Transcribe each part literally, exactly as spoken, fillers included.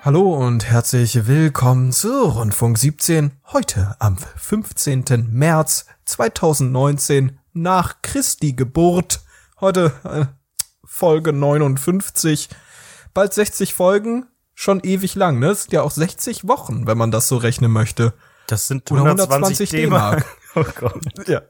Hallo und herzlich willkommen zu Rundfunk siebzehn, heute am fünfzehnten März zweitausendneunzehn nach Christi Geburt. Heute äh, Folge neunundfünfzig, bald sechzig Folgen, schon ewig lang, ne? Es sind ja auch sechzig Wochen, wenn man das so rechnen möchte. Das sind hundertzwanzig D-Mark. Oh Gott. Ja.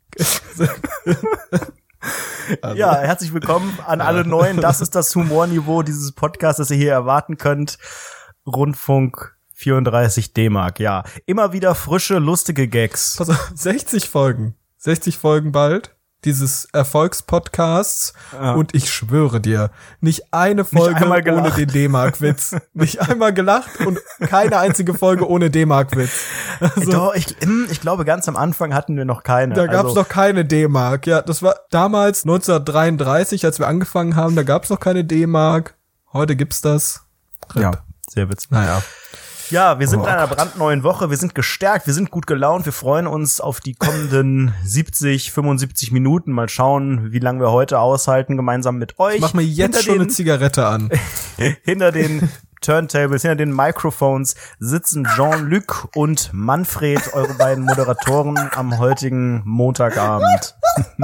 Also. Ja, herzlich willkommen an alle Neuen. Das ist das Humorniveau dieses Podcasts, das ihr hier erwarten könnt. Rundfunk vierunddreißig D-Mark, ja. Immer wieder frische, lustige Gags. Pass auf, sechzig Folgen. sechzig Folgen bald dieses Erfolgspodcasts. Ja. Und ich schwöre dir, nicht eine Folge nicht ohne den D-Mark-Witz. Nicht einmal gelacht und keine einzige Folge ohne D-Mark-Witz. Also, Doch, ich, ich glaube, ganz am Anfang hatten wir noch keine. Da gab's also, noch keine D-Mark. Ja, das war damals neunzehnhundertdreiunddreißig, als wir angefangen haben, da gab's noch keine D-Mark. Heute gibt's das. Rip. Ja, sehr witzig. Naja. Ja, wir sind oh, in einer Gott. brandneuen Woche, wir sind gestärkt, wir sind gut gelaunt, wir freuen uns auf die kommenden siebzig, fünfundsiebzig Minuten. Mal schauen, wie lange wir heute aushalten, gemeinsam mit euch. Ich mach mir jetzt hinter schon den, eine Zigarette an. Hinter den Turntables, hinter den Microphones sitzen Jean-Luc und Manfred, eure beiden Moderatoren am heutigen Montagabend.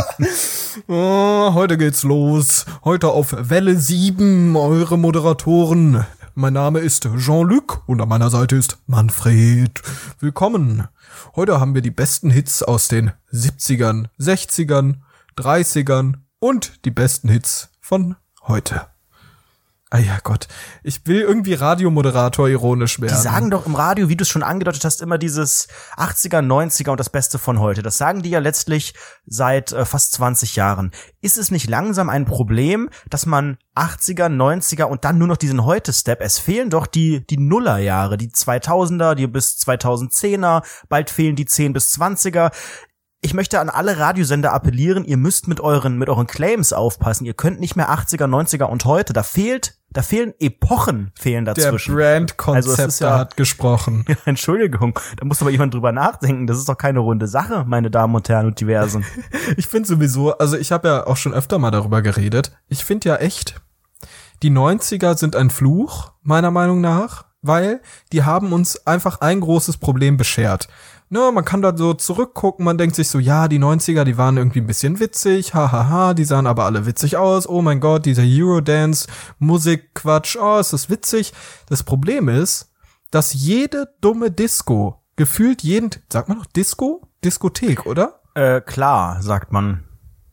Oh, heute geht's los. Heute auf Welle sieben, eure Moderatoren. Mein Name ist Jean-Luc und an meiner Seite ist Manfred. Willkommen. Heute haben wir die besten Hits aus den siebzigern, sechzigern, dreißigern und die besten Hits von heute. Ah ja Gott, ich will irgendwie Radiomoderator ironisch werden. Die sagen doch im Radio, wie du es schon angedeutet hast, immer dieses achtziger, neunziger und das Beste von heute. Das sagen die ja letztlich seit äh, fast zwanzig Jahren. Ist es nicht langsam ein Problem, dass man achtziger, neunziger und dann nur noch diesen Heute-Step, es fehlen doch die die Nullerjahre, die zweitausender, die bis zweitausendzehner, bald fehlen die zehn bis zwanziger. Ich möchte an alle Radiosender appellieren, ihr müsst mit euren mit euren Claims aufpassen. Ihr könnt nicht mehr achtziger, neunziger und heute. Da fehlt, da fehlen Epochen, fehlen dazwischen. Der Brand-Konzepter also ja, hat gesprochen. Ja, Entschuldigung, da muss aber jemand drüber nachdenken. Das ist doch keine runde Sache, meine Damen und Herren und Diversen. Ich finde sowieso, also ich habe ja auch schon öfter mal darüber geredet. Ich finde ja echt, die neunziger sind ein Fluch, meiner Meinung nach, weil die haben uns einfach ein großes Problem beschert. Ne, man kann da so zurückgucken, man denkt sich so, ja, die neunziger, die waren irgendwie ein bisschen witzig, hahaha, ha, ha, die sahen aber alle witzig aus, oh mein Gott, dieser Eurodance, Musikquatsch, oh, ist das witzig. Das Problem ist, dass jede dumme Disco, gefühlt jeden, sagt man noch Disco? Diskothek, oder? Äh, klar, sagt man.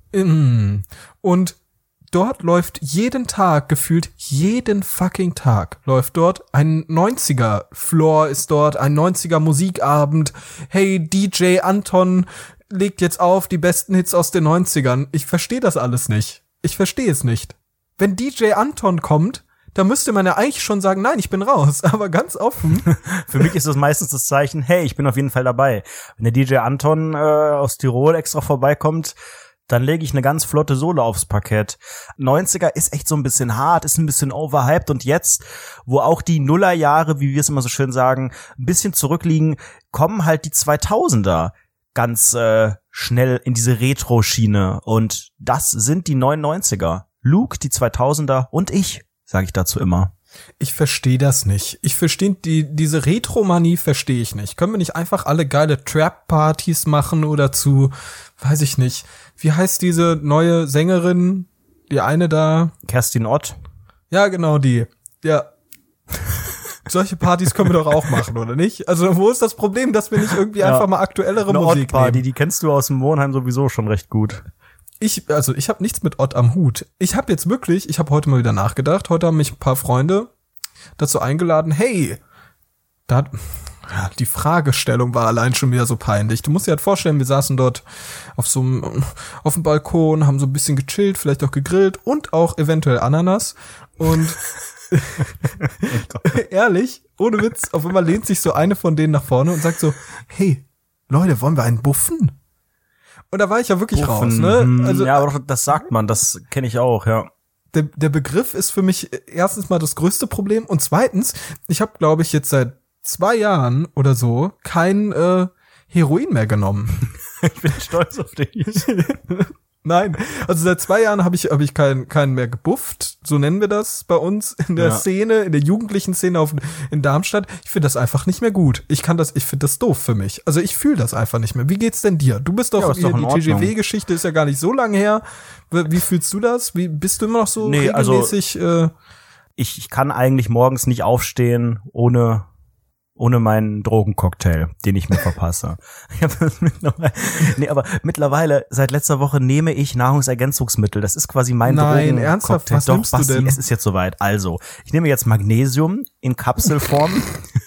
Und dort läuft jeden Tag, gefühlt jeden fucking Tag, läuft dort ein neunziger-Floor ist dort, ein neunziger-Musikabend. Hey, D J Anton legt jetzt auf die besten Hits aus den neunzigern. Ich verstehe das alles nicht. Ich verstehe es nicht. Wenn D J Anton kommt, da müsste man ja eigentlich schon sagen, nein, ich bin raus. Aber ganz offen. Für mich ist das meistens das Zeichen, hey, ich bin auf jeden Fall dabei. Wenn der D J Anton äh, aus Tirol extra vorbeikommt, dann lege ich eine ganz flotte Solo aufs Parkett. neunziger ist echt so ein bisschen hart, ist ein bisschen overhyped und jetzt, wo auch die Nullerjahre, wie wir es immer so schön sagen, ein bisschen zurückliegen, kommen halt die zweitausender ganz äh, schnell in diese Retro-Schiene und das sind die neunundneunziger. Luke, die zweitausender und ich, sage ich dazu immer. Ich verstehe das nicht. Ich verstehe die diese Retromanie verstehe ich nicht. Können wir nicht einfach alle geile Trap-Partys machen oder zu, weiß ich nicht, wie heißt diese neue Sängerin, die eine da? Kerstin Ott. Ja, genau die. Ja. Solche Partys können wir doch auch machen, oder nicht? Also wo ist das Problem, dass wir nicht irgendwie ja. einfach mal aktuellere Eine Musik Ott-Party, nehmen? Die kennst du aus dem Wohnheim sowieso schon recht gut. Ich, also ich habe nichts mit Ott am Hut. Ich habe jetzt wirklich, ich habe heute mal wieder nachgedacht, heute haben mich ein paar Freunde dazu eingeladen, hey, da hat, ja, die Fragestellung war allein schon wieder so peinlich. Du musst dir halt vorstellen, wir saßen dort auf so einem, auf dem Balkon, haben so ein bisschen gechillt, vielleicht auch gegrillt und auch eventuell Ananas und ehrlich, ohne Witz, auf einmal lehnt sich so eine von denen nach vorne und sagt so, hey, Leute, wollen wir einen buffen? Und da war ich ja wirklich Buffen. raus, ne? Also, ja, aber das sagt man, das kenne ich auch, ja. Der, der Begriff ist für mich erstens mal das größte Problem und zweitens, ich habe, glaube ich, jetzt seit zwei Jahren oder so kein äh, Heroin mehr genommen. Ich bin stolz auf dich. Nein, also seit zwei Jahren habe ich habe ich keinen keinen mehr gebufft, so nennen wir das bei uns in der Ja. Szene, in der jugendlichen Szene auf, in Darmstadt. Ich finde das einfach nicht mehr gut. Ich kann das, ich finde das doof für mich. Also ich fühle das einfach nicht mehr. Wie geht's denn dir? Du bist doch, Ja, ist doch hier, in die T G Ordnung. W-Geschichte ist ja gar nicht so lange her. Wie, wie fühlst du das? Wie bist du immer noch so Nee, also- regelmäßig? äh, Ich, ich kann eigentlich morgens nicht aufstehen ohne ohne meinen Drogencocktail, den ich mir verpasse. Ich hab das mittlerweile, nee, aber mittlerweile, seit letzter Woche nehme ich Nahrungsergänzungsmittel. Das ist quasi mein Nein, Drogencocktail. ernsthaft? Was Doch, nimmst du Basti, denn? es ist jetzt soweit. Also, ich nehme jetzt Magnesium in Kapselform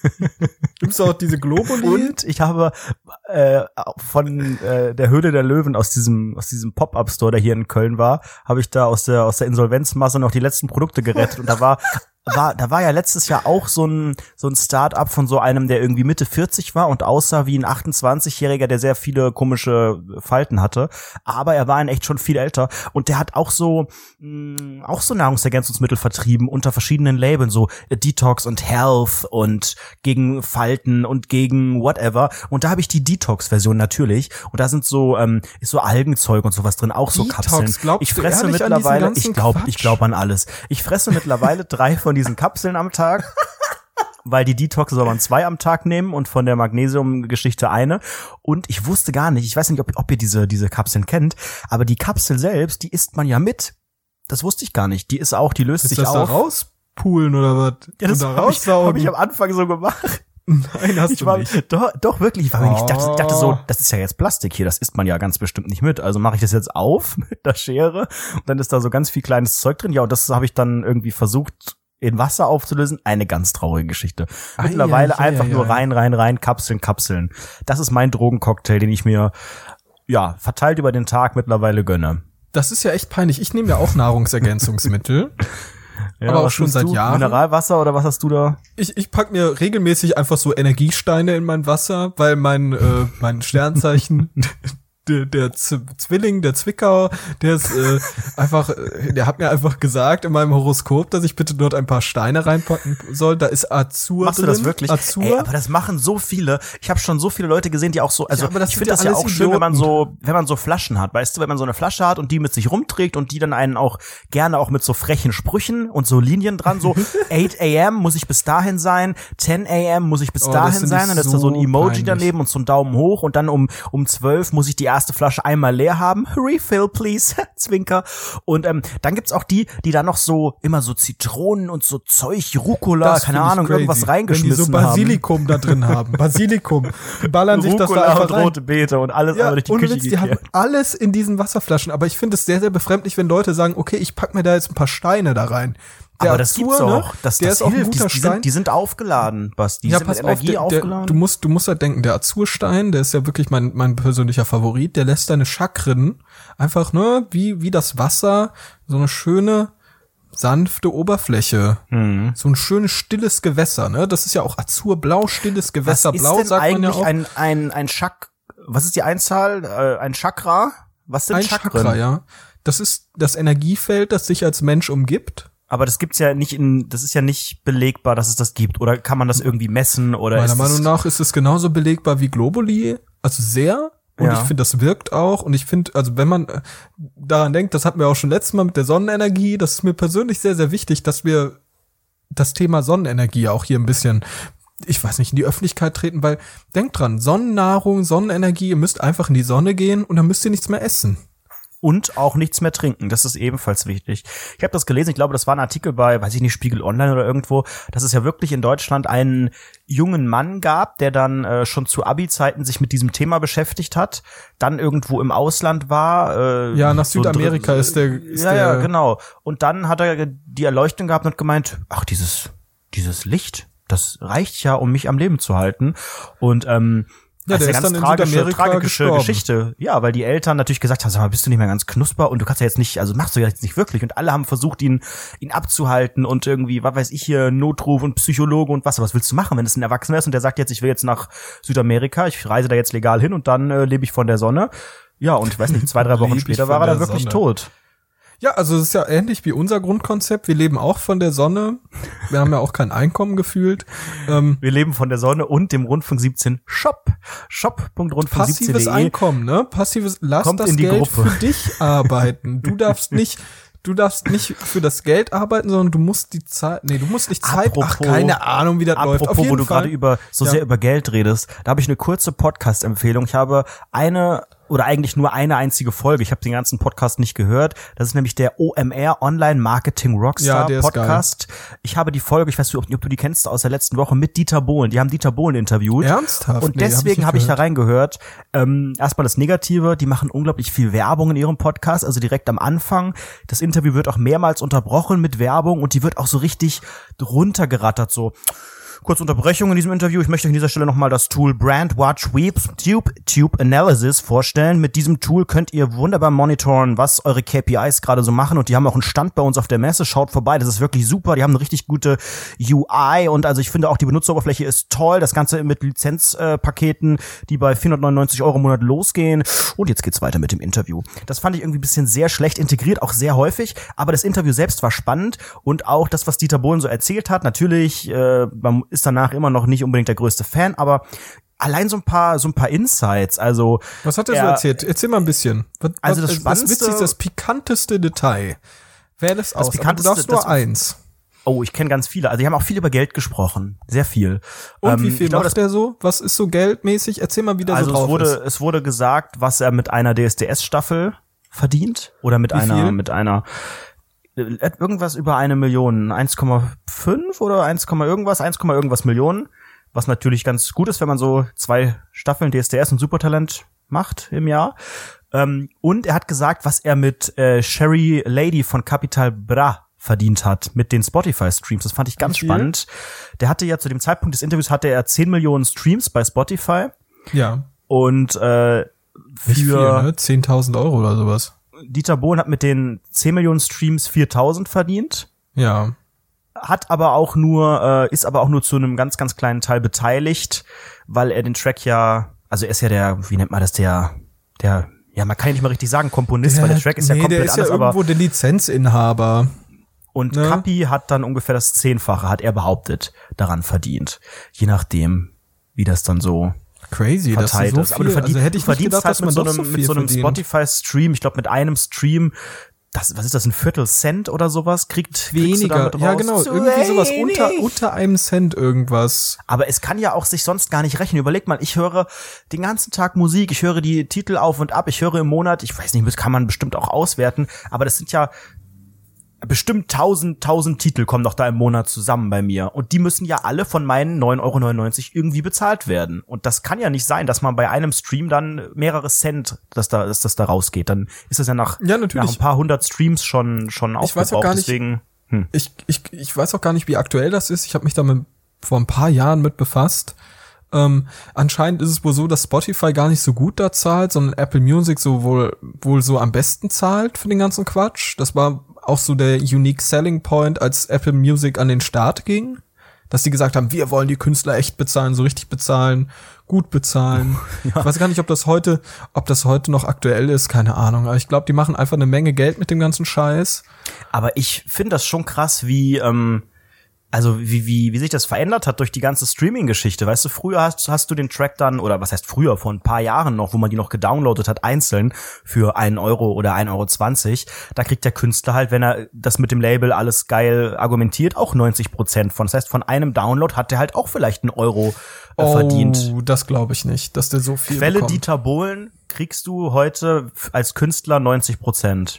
Nimmst du auch diese Globuli? und ich habe äh, von äh, der Höhle der Löwen aus diesem aus diesem Pop-up-Store, der hier in Köln war, habe ich da aus der aus der Insolvenzmasse noch die letzten Produkte gerettet und da war war da war ja letztes Jahr auch so ein so ein Start-up von so einem, der irgendwie Mitte vierzig war und aussah wie ein achtundzwanzigjähriger, der sehr viele komische Falten hatte, aber er war in echt schon viel älter und der hat auch so mh, auch so Nahrungsergänzungsmittel vertrieben unter verschiedenen Labeln, so Detox und Health und gegen Falten und gegen whatever, und da habe ich die Detox-Version natürlich und da sind so ähm, ist so Algenzeug und sowas drin, auch so Detox, Kapseln. glaubst Ich du fresse ehrlich an diesen mittlerweile, ganzen ich glaube, Quatsch? ich glaube an alles. Ich fresse mittlerweile drei von diesen Kapseln am Tag. Weil die Detox soll man zwei am Tag nehmen und von der Magnesium-Geschichte eine. Und ich wusste gar nicht, ich weiß nicht, ob, ob ihr diese, diese Kapseln kennt, aber die Kapsel selbst, die isst man ja mit. Das wusste ich gar nicht. Die ist auch, die löst Ist sich das auf. da rauspulen oder was? Ja, das Und da habe ich, raussaugen? hab ich am Anfang so gemacht. Nein, hast Ich du war, nicht. doch, doch, wirklich. Ich, war mir nicht, ich, dachte, ich dachte Oh. so, das ist ja jetzt Plastik hier, das isst man ja ganz bestimmt nicht mit. Also mache ich das jetzt auf mit der Schere und dann ist da so ganz viel kleines Zeug drin. Ja, und das habe ich dann irgendwie versucht in Wasser aufzulösen. Eine ganz traurige Geschichte. Ei, Mittlerweile ei, ei, einfach ei, nur ei. rein, rein, rein, Kapseln, Kapseln. Das ist mein Drogencocktail, den ich mir, ja, verteilt über den Tag mittlerweile gönne. Das ist ja echt peinlich. Ich nehme ja auch Nahrungsergänzungsmittel. Ja, Aber auch was schon nimmst seit du? Jahren. Mineralwasser oder was hast du da? Ich, ich pack mir regelmäßig einfach so Energiesteine in mein Wasser, weil mein, äh, mein Sternzeichen, der, der Z- Zwilling, der Zwickau, der ist äh, einfach, äh, der hat mir einfach gesagt in meinem Horoskop, dass ich bitte dort ein paar Steine reinpacken soll. Da ist Azur Machst drin. du das wirklich? Azur. Ey, aber das machen so viele. Ich habe schon so viele Leute gesehen, die auch so, also Ja, aber das ich sind finde ja das ja alles auch schön, wenn man Idioten. so, wenn man so Flaschen hat, weißt du, wenn man so eine Flasche hat und die mit sich rumträgt und die dann einen auch gerne auch mit so frechen Sprüchen und so Linien dran, so acht a.m. muss ich bis dahin sein, zehn a.m. muss ich bis Oh, das dahin finde sein, ich und dann ist da so ein so Emoji peinlich. daneben und so ein Daumen hoch und dann um um zwölf muss ich die erste Flasche einmal leer haben, refill please, Zwinker. Und ähm, dann gibt's auch die, die da noch so immer so Zitronen und so Zeug, Rucola, Das keine find ich Ahnung, crazy. irgendwas Wenn die reingeschmissen so haben. Basilikum da drin haben. Basilikum. Die ballern sich das da Rucola einfach und rein. rote Beete und alles Ja, aber durch die ohne Küche Witz, die haben gekehrt. alles in diesen Wasserflaschen. Aber ich finde es sehr, sehr befremdlich, wenn Leute sagen, okay, ich pack mir da jetzt ein paar Steine da rein. Der Aber das Azur, gibt's ne, auch. Das, der das ist auch ein hilft. guter die, die, Stein. sind, die sind aufgeladen, Basti. Die Ja, sind pass mit auf, Energie der, der, aufgeladen. du musst, du musst halt denken, der Azurstein, der ist ja wirklich mein, mein persönlicher Favorit, der lässt deine Chakren einfach, ne, wie, wie das Wasser, so eine schöne, sanfte Oberfläche. Mhm. So ein schönes, stilles Gewässer, ne, das ist ja auch Azurblau, stilles Gewässer, was ist blau, denn sagt man ja eigentlich auch. ein, ein, ein Chak, was ist die Einzahl? Äh, ein Chakra? Was sind Ein Chakren? Chakra, ja. Das ist das Energiefeld, das dich als Mensch umgibt. Aber das gibt's ja nicht in, das ist ja nicht belegbar, dass es das gibt. Oder kann man das irgendwie messen? Oder Meiner ist Meinung das, nach ist es genauso belegbar wie Globuli, also sehr. Und Ja. ich finde, das wirkt auch. Und ich finde, also wenn man äh, daran denkt, das hatten wir auch schon letztes Mal mit der Sonnenenergie, das ist mir persönlich sehr, sehr wichtig, dass wir das Thema Sonnenenergie auch hier ein bisschen, ich weiß nicht, in die Öffentlichkeit treten, weil denkt dran, Sonnennahrung, Sonnenenergie, ihr müsst einfach in die Sonne gehen und dann müsst ihr nichts mehr essen. und auch nichts mehr trinken. Das ist ebenfalls wichtig. Ich habe das gelesen, ich glaube, das war ein Artikel bei, weiß ich nicht, Spiegel Online oder irgendwo, dass es ja wirklich in Deutschland einen jungen Mann gab, der dann äh, schon zu Abi-Zeiten sich mit diesem Thema beschäftigt hat, dann irgendwo im Ausland war. Äh, Ja, nach so Südamerika dr- ist der, ist ja, ja, der, genau. Und dann hat er die Erleuchtung gehabt und gemeint, ach, dieses, dieses Licht, das reicht ja, um mich am Leben zu halten. Und ähm, Ja, das der ist ist eine dann ganz in tragische, Südamerika tragische gestorben. Geschichte. Ja, weil die Eltern natürlich gesagt haben, sag mal, bist du nicht mehr ganz knusper und du kannst ja jetzt nicht, also machst du ja jetzt nicht wirklich. Und alle haben versucht, ihn ihn abzuhalten und irgendwie, was weiß ich hier, Notruf und Psychologe und was. Was willst du machen, wenn es ein Erwachsener ist und der sagt jetzt, ich will jetzt nach Südamerika, ich reise da jetzt legal hin und dann äh, lebe ich von der Sonne. Ja, und ich weiß nicht, zwei, drei Wochen Leb ich später von war er dann der wirklich Sonne. tot. Ja, also es ist ja ähnlich wie unser Grundkonzept. Wir leben auch von der Sonne. Wir haben ja auch kein Einkommen gefühlt. Ähm, Wir leben von der Sonne und dem Rundfunk siebzehn Shop. shop punkt rundfunk siebzehn punkt de. Passives Einkommen, ne? Passives, lass Kommt das in die Geld Gruppe. für dich arbeiten. Du darfst nicht, du darfst nicht für das Geld arbeiten, sondern du musst die Zeit, nee, du musst nicht Zeit, Apropos- ach, keine Ahnung, wie das läuft. Auf Apropos, jeden wo du Fall. gerade über so Ja. sehr über Geld redest, da habe ich eine kurze Podcast-Empfehlung. Ich habe eine oder eigentlich nur eine einzige Folge. Ich habe den ganzen Podcast nicht gehört. Das ist nämlich der O M R Online Marketing Rockstar Ja, der ist Podcast. Ich habe die Folge, ich weiß nicht, ob du die kennst, aus der letzten Woche mit Dieter Bohlen. Die haben Dieter Bohlen interviewt. Ernsthaft? Und Nee, hab ich deswegen nicht habe ich da gehört. reingehört. Ähm, erstmal das Negative, die machen unglaublich viel Werbung in ihrem Podcast, also direkt am Anfang. Das Interview wird auch mehrmals unterbrochen mit Werbung und die wird auch so richtig runtergerattert, so. Kurz Unterbrechung in diesem Interview. Ich möchte euch an dieser Stelle nochmal das Tool Brandwatch Tube, Tube Analysis vorstellen. Mit diesem Tool könnt ihr wunderbar monitoren, was eure K P Is gerade so machen. Und die haben auch einen Stand bei uns auf der Messe. Schaut vorbei, das ist wirklich super. Die haben eine richtig gute U I. Und also ich finde auch, die Benutzeroberfläche ist toll. Das Ganze mit Lizenzpaketen, die bei vierhundertneunundneunzig Euro im Monat losgehen. Und jetzt geht's weiter mit dem Interview. Das fand ich irgendwie ein bisschen sehr schlecht integriert, auch sehr häufig. Aber das Interview selbst war spannend. Und auch das, was Dieter Bohlen so erzählt hat. Natürlich, äh, man ist danach immer noch nicht unbedingt der größte Fan, aber allein so ein paar so ein paar Insights, also Was hat er so er- erzählt? Erzähl mal ein bisschen. Was, Also das was, Spannendste- das Witzigste, das pikanteste Detail. Wäre das, aus. pikanteste- Aber du darfst nur das- eins. oh, ich kenne ganz viele. Also die haben auch viel über Geld gesprochen, sehr viel. Und Ähm, wie viel ich glaube, macht der so? Was ist so geldmäßig? Erzähl mal, wie der Also so es drauf wurde ist. es wurde gesagt, was er mit einer D S D S-Staffel verdient oder mit Wie einer viel? mit einer äh, irgendwas über eine Million, eins Komma fünf oder eins, irgendwas, eins, irgendwas Millionen, was natürlich ganz gut ist, wenn man so zwei Staffeln D S D S und Supertalent macht im Jahr. Ähm, und er hat gesagt, was er mit äh, Sherry Lady von Capital Bra verdient hat mit den Spotify-Streams. Das fand ich ganz Wie viel? spannend. Der hatte ja zu dem Zeitpunkt des Interviews hatte er zehn Millionen Streams bei Spotify. Ja. Und äh, Nicht viel, für ne? zehntausend Euro oder sowas. Dieter Bohlen hat mit den zehn Millionen Streams viertausend verdient, Ja. hat aber auch nur, äh, ist aber auch nur zu einem ganz, ganz kleinen Teil beteiligt, weil er den Track ja, also er ist ja der, wie nennt man das, der, der, ja, man kann ja nicht mal richtig sagen Komponist, weil der Track ist ja nee, komplett der ist anders, ja aber irgendwo der Lizenzinhaber. und ne? Kapi hat dann ungefähr das Zehnfache, hat er behauptet, daran verdient. Je nachdem, wie das dann so Crazy, das verteilt ist so ist. viel. Aber du verdienst, also hätte ich du nicht verdienst gedacht, halt dass man mit so doch einem, so viel mit so einem verdient. Spotify-Stream, ich glaube mit einem Stream, das, was ist das, ein Viertel Cent oder sowas, kriegt kriegst du Weniger. damit Ja, raus? genau. Zu Irgendwie sowas wenig. unter, unter einem Cent irgendwas. Aber es kann ja auch sich sonst gar nicht rechnen. Überleg mal, ich höre den ganzen Tag Musik, ich höre die Titel auf und ab, ich höre im Monat, ich weiß nicht, das kann man bestimmt auch auswerten, aber das sind ja bestimmt tausend, tausend Titel kommen doch da im Monat zusammen bei mir. Und die müssen ja alle von meinen neun Euro neunundneunzig irgendwie bezahlt werden. Und das kann ja nicht sein, dass man bei einem Stream dann mehrere Cent, dass da, dass das da rausgeht. Dann ist das ja nach, Ja, natürlich. nach ein paar hundert Streams schon, schon Ich weiß auch aufgebraucht. gar nicht- Deswegen, hm. Ich, ich, ich weiß auch gar nicht, wie aktuell das ist. Ich habe mich damit vor ein paar Jahren mit befasst. Ähm, anscheinend ist es wohl so, dass Spotify gar nicht so gut da zahlt, sondern Apple Music so wohl, wohl so am besten zahlt für den ganzen Quatsch. Das war auch so der unique selling point, als Apple Music an den Start ging, dass die gesagt haben, wir wollen die Künstler echt bezahlen, so richtig bezahlen, gut bezahlen. Ja. Ich weiß gar nicht, ob das heute, ob das heute noch aktuell ist, keine Ahnung. Aber ich glaube, die machen einfach eine Menge Geld mit dem ganzen Scheiß. Aber ich finde das schon krass, wie, ähm, also wie, wie, wie sich das verändert hat durch die ganze Streaming-Geschichte. Weißt du, früher hast, hast du den Track dann, oder was heißt früher, vor ein paar Jahren noch, wo man die noch gedownloadet hat, einzeln für einen Euro oder ein Euro zwanzig. Da kriegt der Künstler halt, wenn er das mit dem Label alles geil argumentiert, auch neunzig Prozent von. Das heißt, von einem Download hat der halt auch vielleicht einen Euro äh, verdient. Oh, das glaube ich nicht, dass der so viel Quelle bekommt. Dieter Bohlen kriegst du heute als Künstler neunzig Prozent.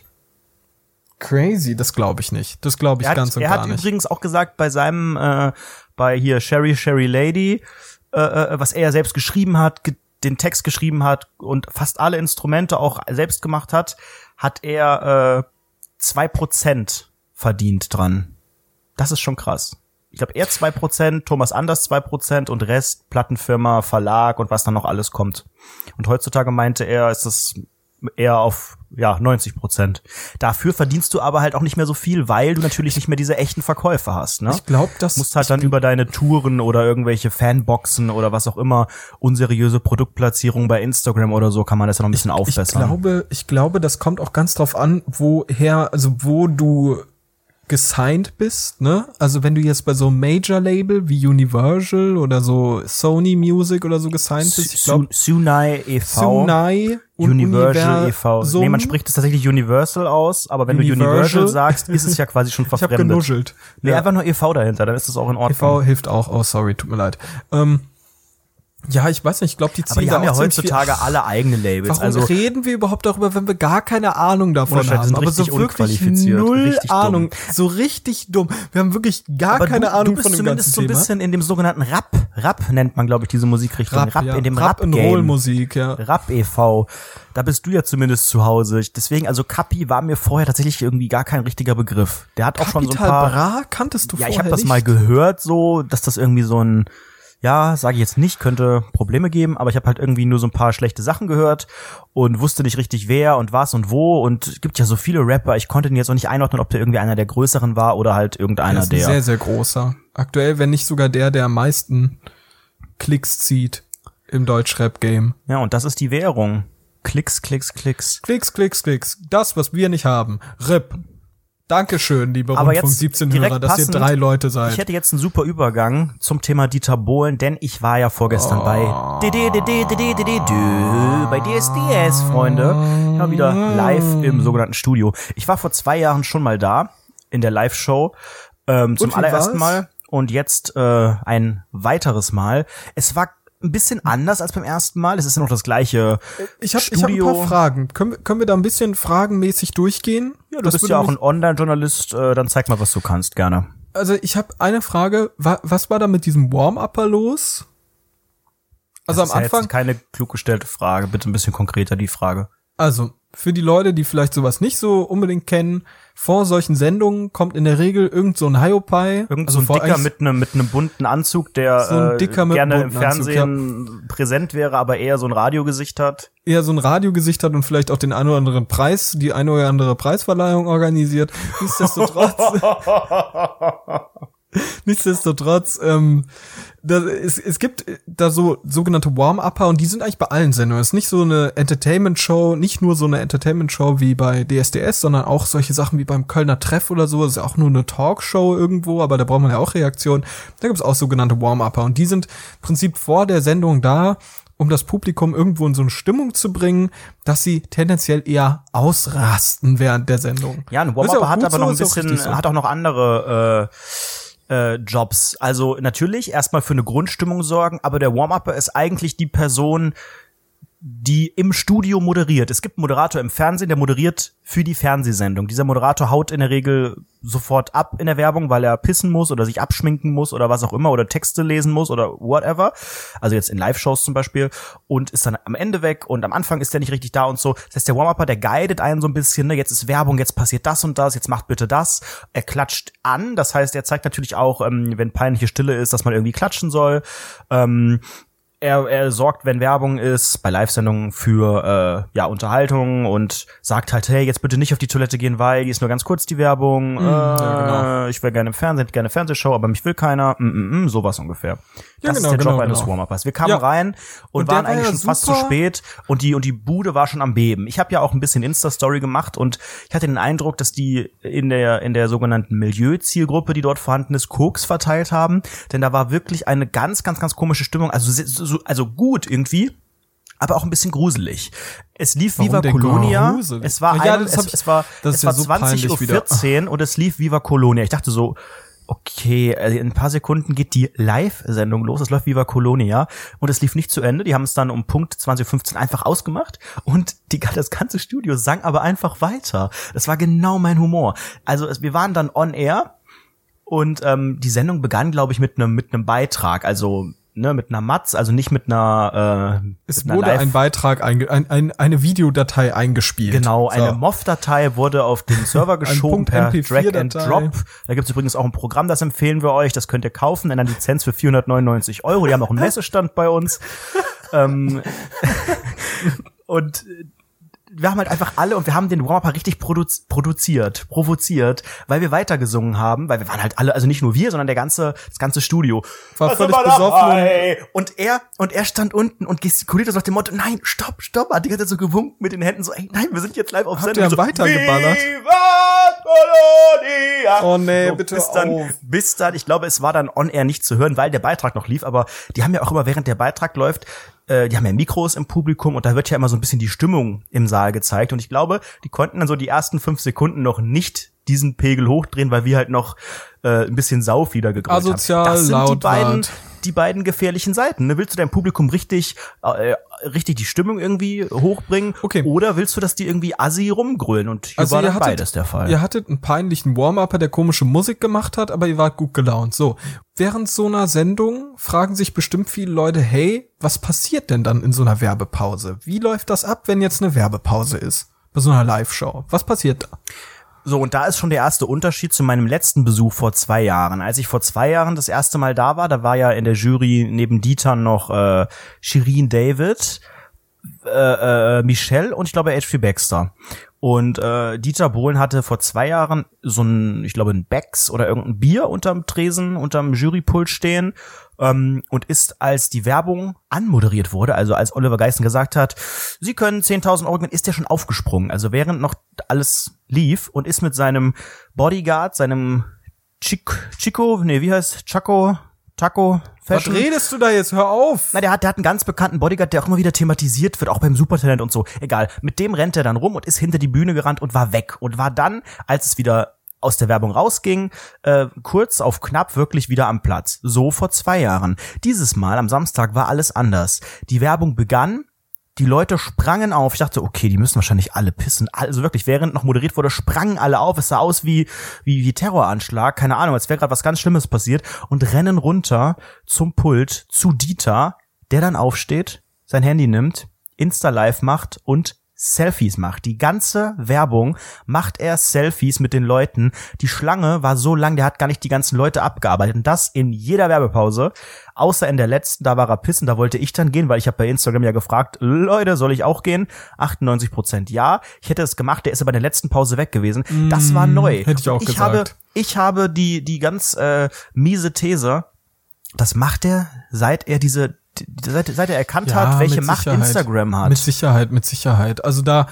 Crazy, das glaube ich nicht. Das glaube ich Er hat, ganz und er gar hat nicht. übrigens auch gesagt, bei seinem, äh, bei hier Sherry, Sherry Lady, äh, äh, was er ja selbst geschrieben hat, ge den Text geschrieben hat und fast alle Instrumente auch selbst gemacht hat, hat er äh, zwei Prozent verdient dran. Das ist schon krass. Ich glaube, er zwei Prozent, Thomas Anders zwei Prozent und Rest, Plattenfirma, Verlag und was dann noch alles kommt. Und heutzutage meinte er, ist das eher auf ja neunzig Prozent. Dafür verdienst du aber halt auch nicht mehr so viel, weil du natürlich nicht mehr diese echten Verkäufe hast. Ne? Ich glaube, das musst halt dann über deine Touren oder irgendwelche Fanboxen oder was auch immer, unseriöse Produktplatzierungen bei Instagram oder so, kann man das ja noch ein bisschen ich, aufbessern. Ich glaube, ich glaube, das kommt auch ganz drauf an, woher, also wo du gesigned bist, ne? Also wenn du jetzt bei so einem Major-Label wie Universal oder so Sony Music oder so gesigned bist, ich glaube Sunai e V, Sunai und Universal e V. Nee, man spricht es tatsächlich Universal aus, aber wenn Universal. du Universal sagst, ist es ja quasi schon verfremdet. Ich hab genuschelt. Nee, ja. einfach nur E V dahinter, dann ist es auch in Ordnung. E V hilft auch, oh sorry, tut mir leid. Ähm, Ja, ich weiß nicht, ich glaube, die ziehen aber die da haben ja auch heutzutage viel, alle eigene Labels. Warum also reden wir überhaupt darüber, wenn wir gar keine Ahnung davon Scheiß, haben? Aber so wirklich null richtig Ahnung, dumm. so richtig dumm. Wir haben wirklich gar aber keine du, Ahnung du von dem ganzen Thema. Du bist zumindest so ein bisschen in dem sogenannten Rap, Rap nennt man, glaube ich, diese Musikrichtung. Rap, Rap ja. in dem Rap Rap-Game. Roll-Musik, ja. Rap e V. Da bist du ja zumindest zu Hause. Deswegen, also Kapi war mir vorher tatsächlich irgendwie gar kein richtiger Begriff. Der hat auch Capital schon so ein paar. Bra kanntest du ja, vorher ich habe das nicht? mal gehört, so, dass das irgendwie so ein ja, sage ich jetzt nicht, könnte Probleme geben, aber ich habe halt irgendwie nur so ein paar schlechte Sachen gehört und wusste nicht richtig wer und was und wo und es gibt ja so viele Rapper, ich konnte ihn jetzt auch nicht einordnen, ob der irgendwie einer der größeren war oder halt irgendeiner der. Ist ein der. sehr, sehr großer. Aktuell, wenn nicht sogar der, der am meisten Klicks zieht im Deutsch-Rap-Game. Ja, und das ist die Währung. Klicks, Klicks, Klicks. Klicks, Klicks, Klicks. Das, was wir nicht haben. R I P. Dankeschön, liebe Aber Rundfunk siebzehn-Hörer, dass ihr drei Leute seid. Ich hätte jetzt einen super Übergang zum Thema Dieter Bohlen, denn ich war ja vorgestern oh. bei D D D D D D D D D bei D S D S, Freunde. Ja, wieder live im sogenannten Studio. Ich war vor zwei Jahren schon mal da, in der Live-Show, ähm, zum allerersten Mal. Und jetzt äh, ein weiteres Mal. Es war ein bisschen anders als beim ersten Mal. Es ist ja noch das gleiche ich hab, Studio. Ich habe ein paar Fragen. Können wir, können wir da ein bisschen fragenmäßig durchgehen? Ja, du das bist ja auch ein Online-Journalist. Äh, dann zeig mal, was du kannst, gerne. Also ich habe eine Frage. Wa- was war da mit diesem Warm-Upper los? Also das am ist Anfang ja jetzt keine klug gestellte Frage. Bitte ein bisschen konkreter die Frage. Also für die Leute, die vielleicht sowas nicht so unbedingt kennen, vor solchen Sendungen kommt in der Regel irgend so ein Hiopai. Irgend also so ein Dicker mit einem mit einem bunten Anzug, der so ein Dicker äh, mit gerne einem im bunten Anzug, Fernsehen ja. präsent wäre, aber eher so ein Radiogesicht hat. Eher so ein Radiogesicht hat und vielleicht auch den einen oder anderen Preis, die eine oder andere Preisverleihung organisiert. Nichtsdestotrotz, nichtsdestotrotz, ähm, da, es, es gibt da so sogenannte Warm-Upper und die sind eigentlich bei allen Sendungen. Es ist nicht so eine Entertainment-Show, nicht nur so eine Entertainment-Show wie bei D S D S, sondern auch solche Sachen wie beim Kölner Treff oder so. Das ist ja auch nur eine Talkshow irgendwo, aber da braucht man ja auch Reaktionen. Da gibt es auch sogenannte Warm-Upper und die sind im Prinzip vor der Sendung da, um das Publikum irgendwo in so eine Stimmung zu bringen, dass sie tendenziell eher ausrasten während der Sendung. Ja, ein Warm-Upper hat aber so, noch ein bisschen, so. hat auch noch andere äh, äh, Jobs. Also natürlich erstmal für eine Grundstimmung sorgen, aber der Warm-Upper ist eigentlich die Person, die im Studio moderiert. Es gibt einen Moderator im Fernsehen, der moderiert für die Fernsehsendung. Dieser Moderator haut in der Regel sofort ab in der Werbung, weil er pissen muss oder sich abschminken muss oder was auch immer oder Texte lesen muss oder whatever. Also jetzt in Live-Shows zum Beispiel und ist dann am Ende weg und am Anfang ist der nicht richtig da und so. Das heißt, der Warm-Upper, der guidet einen so ein bisschen, ne? Jetzt ist Werbung, jetzt passiert das und das, jetzt macht bitte das. Er klatscht an, das heißt, er zeigt natürlich auch, ähm, wenn peinliche Stille ist, dass man irgendwie klatschen soll. Ähm, Er, er sorgt, wenn Werbung ist, bei Live-Sendungen für äh, ja Unterhaltung und sagt halt, hey, jetzt bitte nicht auf die Toilette gehen, weil die ist nur ganz kurz die Werbung. Mm, äh, ja, genau. Ich will gerne im Fernsehen, gerne Fernsehshow, aber mich will keiner. Mm, mm, mm, sowas ungefähr. Ja, das genau, ist der genau, Job eines genau. Warm-Uppers. Wir kamen ja. rein und, und waren war eigentlich ja schon fast zu super. spät und die und die Bude war schon am Beben. Ich habe ja auch ein bisschen Insta-Story gemacht und ich hatte den Eindruck, dass die in der in der sogenannten Milieu-Zielgruppe, die dort vorhanden ist, Koks verteilt haben, denn da war wirklich eine ganz ganz ganz komische Stimmung, also so, also gut irgendwie, aber auch ein bisschen gruselig. Es lief Warum Viva denn Colonia. gruselig? Es war, Ja, ein, das es, hab ich- es war, das es ist ja war so zwanzig Uhr peinlich wieder. vierzehn und es lief Viva Colonia. Ich dachte so, okay, also in ein paar Sekunden geht die Live-Sendung los. Es läuft Viva Colonia und es lief nicht zu Ende. Die haben es dann um Punkt zwanzig Uhr fünfzehn einfach ausgemacht und die, das ganze Studio sang aber einfach weiter. Das war genau mein Humor. Also es, wir waren dann on air und ähm, die Sendung begann, glaube ich, mit einem mit einem Beitrag. Also ne, mit einer Matz, also nicht mit einer äh, Es mit einer wurde Live- ein Beitrag, einge ein, ein, eine Videodatei eingespielt. Genau, So. eine M O V-Datei wurde auf den Server geschoben Punkt per M P vier Drag and Datei. Drop. Da gibt's übrigens auch ein Programm, das empfehlen wir euch. Das könnt ihr kaufen in einer Lizenz für vierhundertneunundneunzig Euro. Die haben auch einen Messestand bei uns. ähm, und wir haben halt einfach alle und wir haben den Warm-Up richtig produz- produziert, provoziert, weil wir weitergesungen haben, weil wir waren halt alle, also nicht nur wir, sondern der ganze, das ganze Studio. War völlig besoffen. Und er, und er stand unten und gestikulierte so nach dem Motto, nein, stopp, stopp, hat die ganze Zeit so gewunken mit den Händen so, ey, nein, wir sind jetzt live auf Habt Sendung. ihr So, weitergeballert? Oh nee, so, bitte bis dann, auf. bis dann, ich glaube, es war dann on air nicht zu hören, weil der Beitrag noch lief, aber die haben ja auch immer, während der Beitrag läuft, äh, die haben ja Mikros im Publikum und da wird ja immer so ein bisschen die Stimmung im Saal gezeigt und ich glaube, die konnten dann so die ersten fünf Sekunden noch nicht diesen Pegel hochdrehen, weil wir halt noch äh, ein bisschen Sauflieder gegrölt haben. Asozial, Das sind die beiden, laut. die beiden gefährlichen Seiten. Ne? Willst du deinem Publikum richtig, äh, richtig die Stimmung irgendwie hochbringen? Okay. Oder willst du, dass die irgendwie assi rumgrölen? Und hier Also war ihr dann hattet, beides der Fall. Ihr hattet einen peinlichen Warm-Upper, der komische Musik gemacht hat, aber ihr wart gut gelaunt. So, während so einer Sendung fragen sich bestimmt viele Leute, hey, was passiert denn dann in so einer Werbepause? Wie läuft das ab, wenn jetzt eine Werbepause ist? Bei so einer Live-Show. Was passiert da? So, und da ist schon der erste Unterschied zu meinem letzten Besuch vor zwei Jahren. Als ich vor zwei Jahren das erste Mal da war, da war ja in der Jury neben Dieter noch äh, Shirin David, äh, äh, Michelle und ich glaube H P Baxter. Und äh, Dieter Bohlen hatte vor zwei Jahren so ein, ich glaube, ein Becks oder irgendein Bier unterm Tresen, unterm Jurypult stehen ähm, und ist, als die Werbung anmoderiert wurde, also als Oliver Geißen gesagt hat, Sie können zehntausend Euro gewinnen, ist der schon aufgesprungen. Also während noch alles lief und ist mit seinem Bodyguard, seinem Chico, Chico, nee, wie heißt Chaco, Taco, Was redest du da jetzt? Hör auf! Na, der hat, der hat einen ganz bekannten Bodyguard, der auch immer wieder thematisiert wird, auch beim Supertalent und so. Egal. Mit dem rennt er dann rum und ist hinter die Bühne gerannt und war weg. Und war dann, als es wieder aus der Werbung rausging, äh, kurz auf knapp wirklich wieder am Platz. So vor zwei Jahren. Dieses Mal, am Samstag, war alles anders. Die Werbung begann. Die Leute sprangen auf. Ich dachte, okay, die müssen wahrscheinlich alle pissen. Also wirklich, während noch moderiert wurde, sprangen alle auf. Es sah aus wie wie, wie Terroranschlag. Keine Ahnung, als wäre gerade was ganz Schlimmes passiert. Und rennen runter zum Pult zu Dieter, der dann aufsteht, sein Handy nimmt, Insta-Live macht und Selfies macht. Die ganze Werbung macht er Selfies mit den Leuten. Die Schlange war so lang, der hat gar nicht die ganzen Leute abgearbeitet. Und das in jeder Werbepause. Außer in der letzten, da war er pissen, da wollte ich dann gehen, weil ich habe bei Instagram ja gefragt, Leute, soll ich auch gehen? achtundneunzig Prozent ja. Ich hätte es gemacht, der ist aber in der letzten Pause weg gewesen. Das war neu. Hätte ich auch ich gesagt. Habe, ich habe die, die ganz äh, miese These, das macht er, seit er diese Seit, seit er erkannt Ja, hat, welche mit Macht Sicherheit. Instagram hat. Mit Sicherheit, mit Sicherheit. Also da,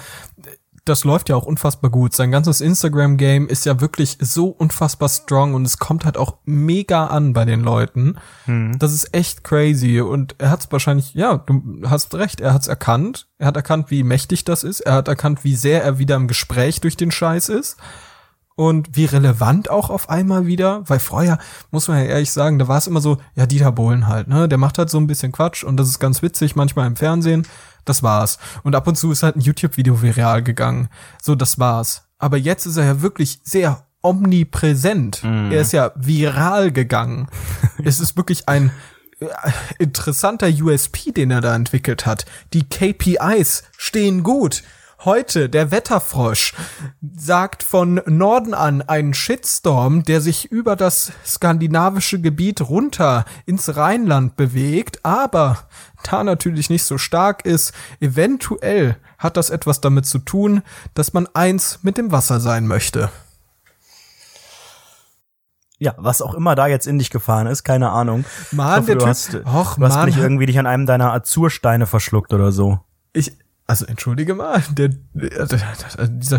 das läuft ja auch unfassbar gut. Sein ganzes Instagram-Game ist ja wirklich so unfassbar strong und es kommt halt auch mega an bei den Leuten. Hm. Das ist echt crazy und er hat es wahrscheinlich, ja, du hast recht, er hat es erkannt. Er hat erkannt, wie mächtig das ist. Er hat erkannt, wie sehr er wieder im Gespräch durch den Scheiß ist. Und wie relevant auch auf einmal wieder, weil vorher, muss man ja ehrlich sagen, da war es immer so, ja, Dieter Bohlen halt, ne, der macht halt so ein bisschen Quatsch und das ist ganz witzig, manchmal im Fernsehen, das war's. Und ab und zu ist halt ein YouTube-Video viral gegangen, so, das war's. Aber jetzt ist er ja wirklich sehr omnipräsent. Mm. Er ist ja viral gegangen. Es ist wirklich ein interessanter U S P, den er da entwickelt hat. Die K P Is stehen gut. Heute, der Wetterfrosch sagt von Norden an einen Shitstorm, der sich über das skandinavische Gebiet runter ins Rheinland bewegt, aber da natürlich nicht so stark ist, eventuell hat das etwas damit zu tun, dass man eins mit dem Wasser sein möchte. Ja, was auch immer da jetzt in dich gefahren ist, keine Ahnung. Mann, hoffe, der du Typ, hast, och, du hast Mann, nicht irgendwie dich an einem deiner Azursteine verschluckt oder so. ich, Also entschuldige mal, der, der, der dieser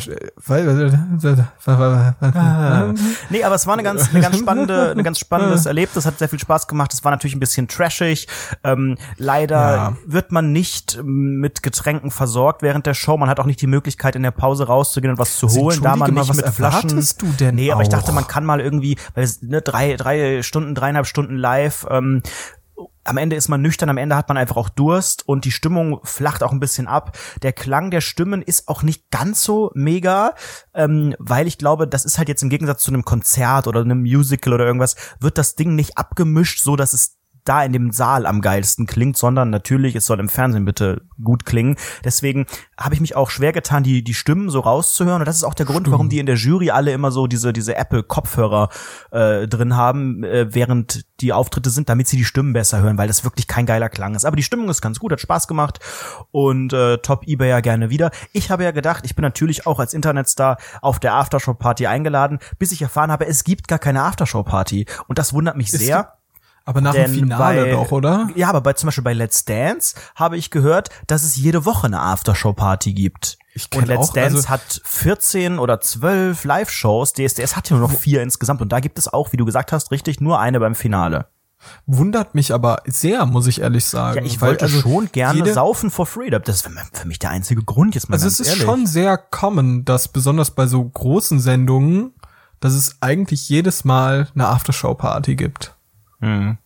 ah. Nee, aber es war eine ganz eine ganz spannende eine ganz spannendes Erlebnis, hat sehr viel Spaß gemacht. Es war natürlich ein bisschen trashig. Ähm, leider Ja. wird man nicht mit Getränken versorgt während der Show. Man hat auch nicht die Möglichkeit in der Pause rauszugehen und was zu holen, da man Entschuldige mal, nicht was mit Flaschen. erwartest du denn Nee, aber ich dachte, auch? man kann mal irgendwie, weil es ne, drei drei Stunden, dreieinhalb Stunden live. Ähm, Am Ende ist man nüchtern, am Ende hat man einfach auch Durst und die Stimmung flacht auch ein bisschen ab. Der Klang der Stimmen ist auch nicht ganz so mega, ähm, weil ich glaube, das ist halt jetzt im Gegensatz zu einem Konzert oder einem Musical oder irgendwas, wird das Ding nicht abgemischt, so dass es da in dem Saal am geilsten klingt, sondern natürlich, es soll im Fernsehen bitte gut klingen. Deswegen habe ich mich auch schwer getan, die die Stimmen so rauszuhören. Und das ist auch der Grund, Stimmt. warum die in der Jury alle immer so diese diese Apple-Kopfhörer äh, drin haben, äh, während die Auftritte sind, damit sie die Stimmen besser hören, weil das wirklich kein geiler Klang ist. Aber die Stimmung ist ganz gut, hat Spaß gemacht und äh, Top eBay ja gerne wieder. Ich habe ja gedacht, ich bin natürlich auch als Internetstar auf der Aftershow-Party eingeladen, bis ich erfahren habe, es gibt gar keine Aftershow-Party. Und das wundert mich Ist sehr. Aber nach dem Finale bei, doch, oder? Ja, aber bei zum Beispiel bei Let's Dance habe ich gehört, dass es jede Woche eine Aftershow-Party gibt. Ich kenn und Let's auch, Dance also hat vierzehn oder zwölf Live-Shows. D S D S hat ja nur noch vier insgesamt. Und da gibt es auch, wie du gesagt hast, richtig nur eine beim Finale. Wundert mich aber sehr, muss ich ehrlich sagen. Ja, ich weil, wollte also schon gerne jede, saufen for free. Das ist für mich der einzige Grund jetzt mal Also ganz es ist ehrlich. schon sehr common, dass besonders bei so großen Sendungen, dass es eigentlich jedes Mal eine Aftershow-Party gibt. Hm.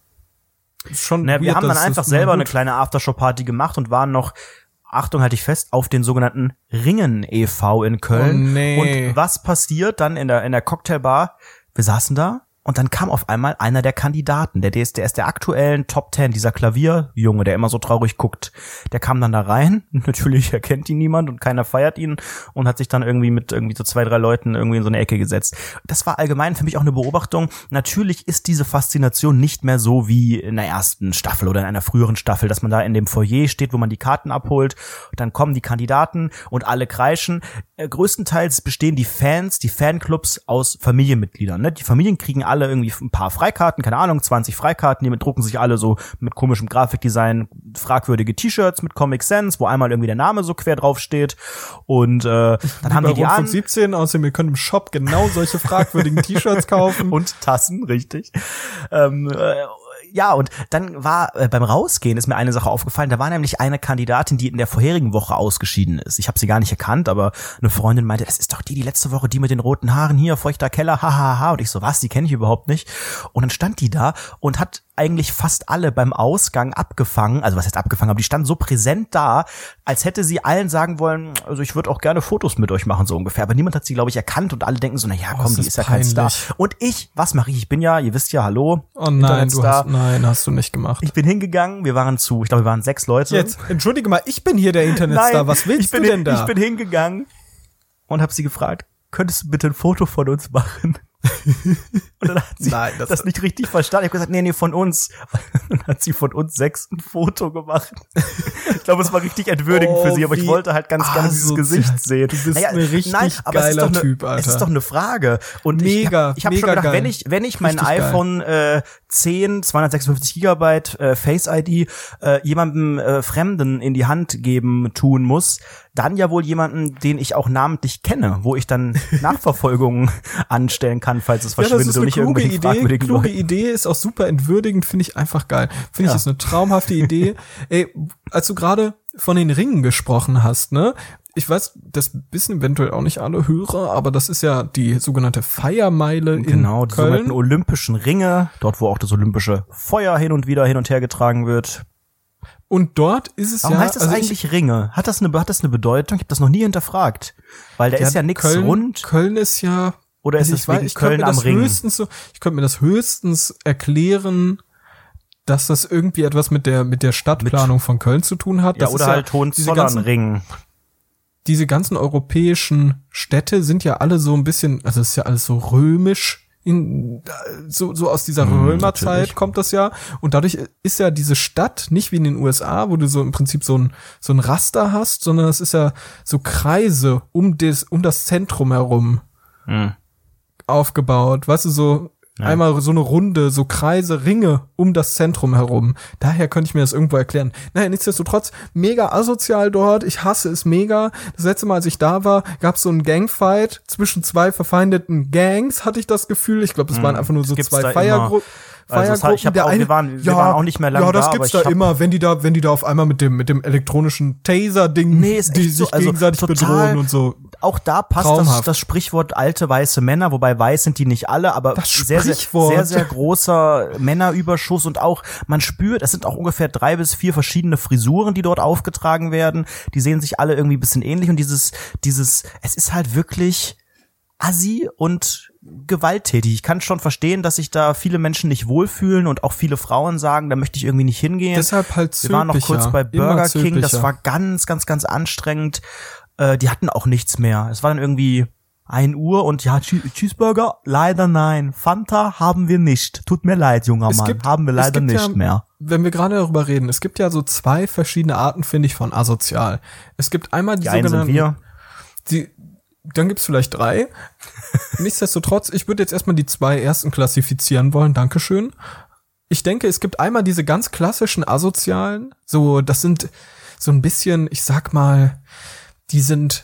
Ist schon Na, wir weird, haben dann dass einfach das selber mal eine gut- kleine Aftershow-Party gemacht und waren noch, Achtung, halte ich fest, auf den sogenannten Ringen e V in Köln. Oh, nee. Und was passiert dann in der, in der Cocktailbar? Wir saßen da und dann kam auf einmal einer der Kandidaten, der D S D S der aktuellen Top Ten, dieser Klavierjunge, der immer so traurig guckt. Der kam dann da rein. Natürlich erkennt ihn niemand und keiner feiert ihn und hat sich dann irgendwie mit irgendwie so zwei, drei Leuten irgendwie in so eine Ecke gesetzt. Das war allgemein für mich auch eine Beobachtung. Natürlich ist diese Faszination nicht mehr so wie in der ersten Staffel oder in einer früheren Staffel, dass man da in dem Foyer steht, wo man die Karten abholt. Dann kommen die Kandidaten und alle kreischen. Äh, größtenteils bestehen die Fans, die Fanclubs aus Familienmitgliedern. Ne? Die Familien kriegen alle irgendwie ein paar Freikarten, keine Ahnung, zwanzig Freikarten, die drucken sich alle so mit komischem Grafikdesign fragwürdige T-Shirts mit Comic Sans, wo einmal irgendwie der Name so quer drauf steht und äh, dann haben bei die die Rundfunk an siebzehn, außerdem ihr könnt im Shop genau solche fragwürdigen T-Shirts kaufen. und Tassen, richtig. Ähm, äh, ja, und dann war äh, beim Rausgehen ist mir eine Sache aufgefallen, da war nämlich eine Kandidatin, die in der vorherigen Woche ausgeschieden ist. Ich habe sie gar nicht erkannt, aber eine Freundin meinte, das ist doch die, die letzte Woche, die mit den roten Haaren, hier, feuchter Keller, hahaha. Ha, ha. Und ich so, was, die kenne ich überhaupt nicht. Und dann stand die da und hat eigentlich fast alle beim Ausgang abgefangen, also was jetzt abgefangen, aber die stand so präsent da, als hätte sie allen sagen wollen, also ich würde auch gerne Fotos mit euch machen, so ungefähr. Aber niemand hat sie, glaube ich, erkannt und alle denken so, na ja, Oh, komm, ist die das ist ja kein Star. peinlich. Und ich, was mache ich? Ich bin ja, ihr wisst ja, hallo, Oh nein, du Internetstar. hast, nein, hast du nicht gemacht. Ich bin hingegangen, wir waren zu, ich glaube, wir waren sechs Leute. Jetzt, entschuldige mal, ich bin hier der Internetstar. Nein, Was willst ich bin, du denn da? Ich bin hingegangen und habe sie gefragt, könntest du bitte ein Foto von uns machen? Und dann hat sie Nein, das- das, nicht richtig verstanden. Ich habe gesagt, nee, nee, von uns. Und dann hat sie von uns sechs ein Foto gemacht. Ich glaube, es war richtig entwürdigend Oh, für sie, aber ich wie wollte halt ganz gerne dieses asozial. Gesicht sehen. Du bist ein richtig geiler Typ, Alter. Es ist doch eine Frage. Und Mega, ich, ich habe mega schon gedacht, geil. wenn ich, wenn ich mein Richtig geil. iPhone äh, zehn, zweihundertsechsundfünfzig Gigabyte äh, Face I D äh, jemandem äh, Fremden in die Hand geben tun muss, dann ja wohl jemanden, den ich auch namentlich kenne, wo ich dann Nachverfolgungen anstellen kann, falls es Ja, das verschwindet ist und eine nicht kluge irgendwelchen Idee. fragwürdigen Kluge Leuten. Idee ist auch super entwürdigend, finde ich einfach geil. Finde Ja. ich, ist eine traumhafte Idee. Ey, als du gerade von den Ringen gesprochen hast, ne? Ich weiß, das wissen eventuell auch nicht alle Hörer, aber das ist ja die sogenannte Feiermeile in Genau, die Köln. sogenannten Olympischen Ringe, dort wo auch das olympische Feuer hin und wieder hin und her getragen wird. Und dort ist es Warum ja, heißt das also ich- eigentlich Ringe? Hat das eine, hat das eine Bedeutung? Ich habe das noch nie hinterfragt. Weil da ist ja nichts Köln, rund. Köln ist ja, Oder ist also es ich weiß, wegen ich könnte Köln mir am das Ring? höchstens so, ich könnte mir das höchstens erklären, dass das irgendwie etwas mit der mit der Stadtplanung von Köln zu tun hat. Ja, Das oder ist halt diese ganzen, Hohenzollernring. diese ganzen europäischen Städte sind ja alle so ein bisschen, also es ist ja alles so römisch. In, so, so aus dieser Mm, Römerzeit natürlich. kommt das ja. Und dadurch ist ja diese Stadt nicht wie in den U S A, wo du so im Prinzip so ein, so ein Raster hast, sondern es ist ja so Kreise um das, um das Zentrum herum Hm. aufgebaut. Weißt du, so Ja. einmal so eine Runde, so Kreise, Ringe um das Zentrum herum. Daher könnte ich mir das irgendwo erklären. Naja, nichtsdestotrotz, mega asozial dort. Ich hasse es mega. Das letzte Mal, als ich da war, gab es so einen Gangfight zwischen zwei verfeindeten Gangs, hatte ich das Gefühl. Ich glaube, es Hm. waren einfach nur so Das gibt's zwei da Feiergruppen. Also das hab- ich hab Der auch- eine- wir waren- wir waren auch nicht mehr lange Ja, das da, gibt's aber ich da hab- immer, wenn die da, wenn die da auf einmal mit dem, mit dem elektronischen Taser-Ding, Nee, ist die echt so, sich also gegenseitig total- bedrohen und so. Auch da passt das, Traumhaft. das Sprichwort alte weiße Männer, wobei weiß sind die nicht alle, aber Das sehr, sehr, Sprichwort. sehr, sehr großer Männerüberschuss und auch, man spürt, es sind auch ungefähr drei bis vier verschiedene Frisuren, die dort aufgetragen werden. Die sehen sich alle irgendwie ein bisschen ähnlich und dieses, dieses, es ist halt wirklich assi und gewalttätig. Ich kann schon verstehen, dass sich da viele Menschen nicht wohlfühlen und auch viele Frauen sagen, da möchte ich irgendwie nicht hingehen. Deshalb halt züglicher. Wir waren noch kurz bei Burger King, das war ganz, ganz, ganz anstrengend. Äh, die hatten auch nichts mehr. Es war dann irgendwie ein Uhr und ja, Cheeseburger? Leider nein. Fanta haben wir nicht. Tut mir leid, junger Mann. Gibt, haben wir leider nicht ja, mehr. Wenn wir gerade darüber reden, es gibt ja so zwei verschiedene Arten, finde ich, von asozial. Es gibt einmal die, die sogenannten... Sind wir. Die, dann gibt's vielleicht drei. Nichtsdestotrotz, ich würde jetzt erstmal die zwei ersten klassifizieren wollen. Dankeschön. Ich denke, es gibt einmal diese ganz klassischen Asozialen. So, das sind so ein bisschen, ich sag mal, die sind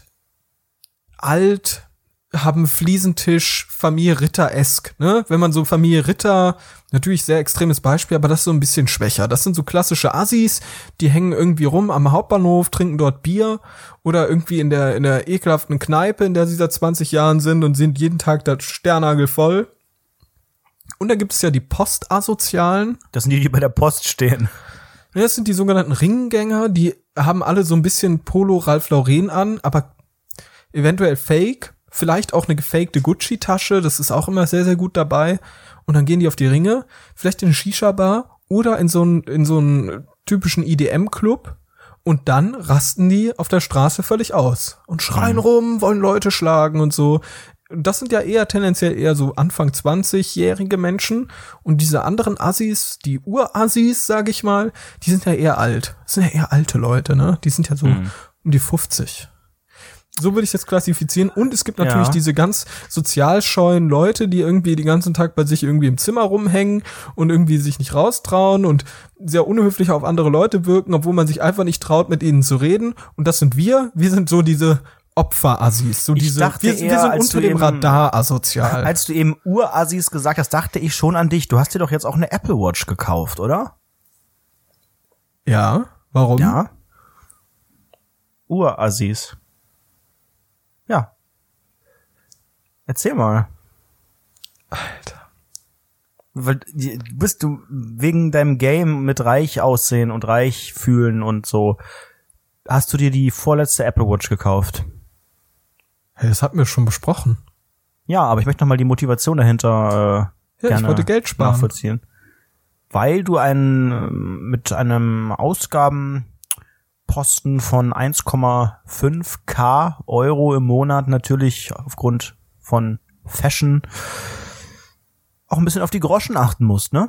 alt, haben Fliesentisch, Familie Ritter-esk, ne? Wenn man so Familie Ritter, natürlich sehr extremes Beispiel, aber das ist so ein bisschen schwächer. Das sind so klassische Assis, die hängen irgendwie rum am Hauptbahnhof, trinken dort Bier oder irgendwie in der in der ekelhaften Kneipe, in der sie seit zwanzig Jahren sind und sind jeden Tag da Sternhagelvoll. Und da gibt es ja die Postasozialen. Das sind die, die bei der Post stehen. Ja, das sind die sogenannten Ringgänger, die haben alle so ein bisschen Polo Ralph Lauren an, aber eventuell fake. Vielleicht auch eine gefakte Gucci-Tasche, das ist auch immer sehr, sehr gut dabei. Und dann gehen die auf die Ringe, vielleicht in eine Shisha-Bar oder in so einen, in so einen typischen I D M-Club. Und dann rasten die auf der Straße völlig aus und schreien rum, wollen Leute schlagen und so. Das sind ja eher tendenziell eher so Anfang zwanzigjährige Menschen. Und diese anderen Assis, die Urassis, sag ich mal, die sind ja eher alt. Das sind ja eher alte Leute, ne? Die sind ja so mhm. um die fünfzig. So würde ich das klassifizieren. Und es gibt natürlich ja. diese ganz sozial scheuen Leute, die irgendwie den ganzen Tag bei sich irgendwie im Zimmer rumhängen und irgendwie sich nicht raustrauen und sehr unhöflich auf andere Leute wirken, obwohl man sich einfach nicht traut, mit ihnen zu reden. Und das sind wir. Wir sind so diese Opfer-Assis. So diese, dachte wir, eher, wir sind unter dem eben, Radar asozial. Als du eben Urassis gesagt hast, dachte ich schon an dich. Du hast dir doch jetzt auch eine Apple Watch gekauft, oder? Ja. Warum? Ja. Urassis. Ja. Erzähl mal. Alter. Weil bist du wegen deinem Game mit reich aussehen und reich fühlen und so, hast du dir die vorletzte Apple Watch gekauft? Hey, das hatten wir schon besprochen. Ja, aber ich möchte noch mal die Motivation dahinter äh, ja, gerne ich wollte Geld sparen. nachvollziehen. Weil du einen mit einem Ausgaben Posten von eins Komma fünf K Euro im Monat natürlich aufgrund von Fashion auch ein bisschen auf die Groschen achten musst, ne?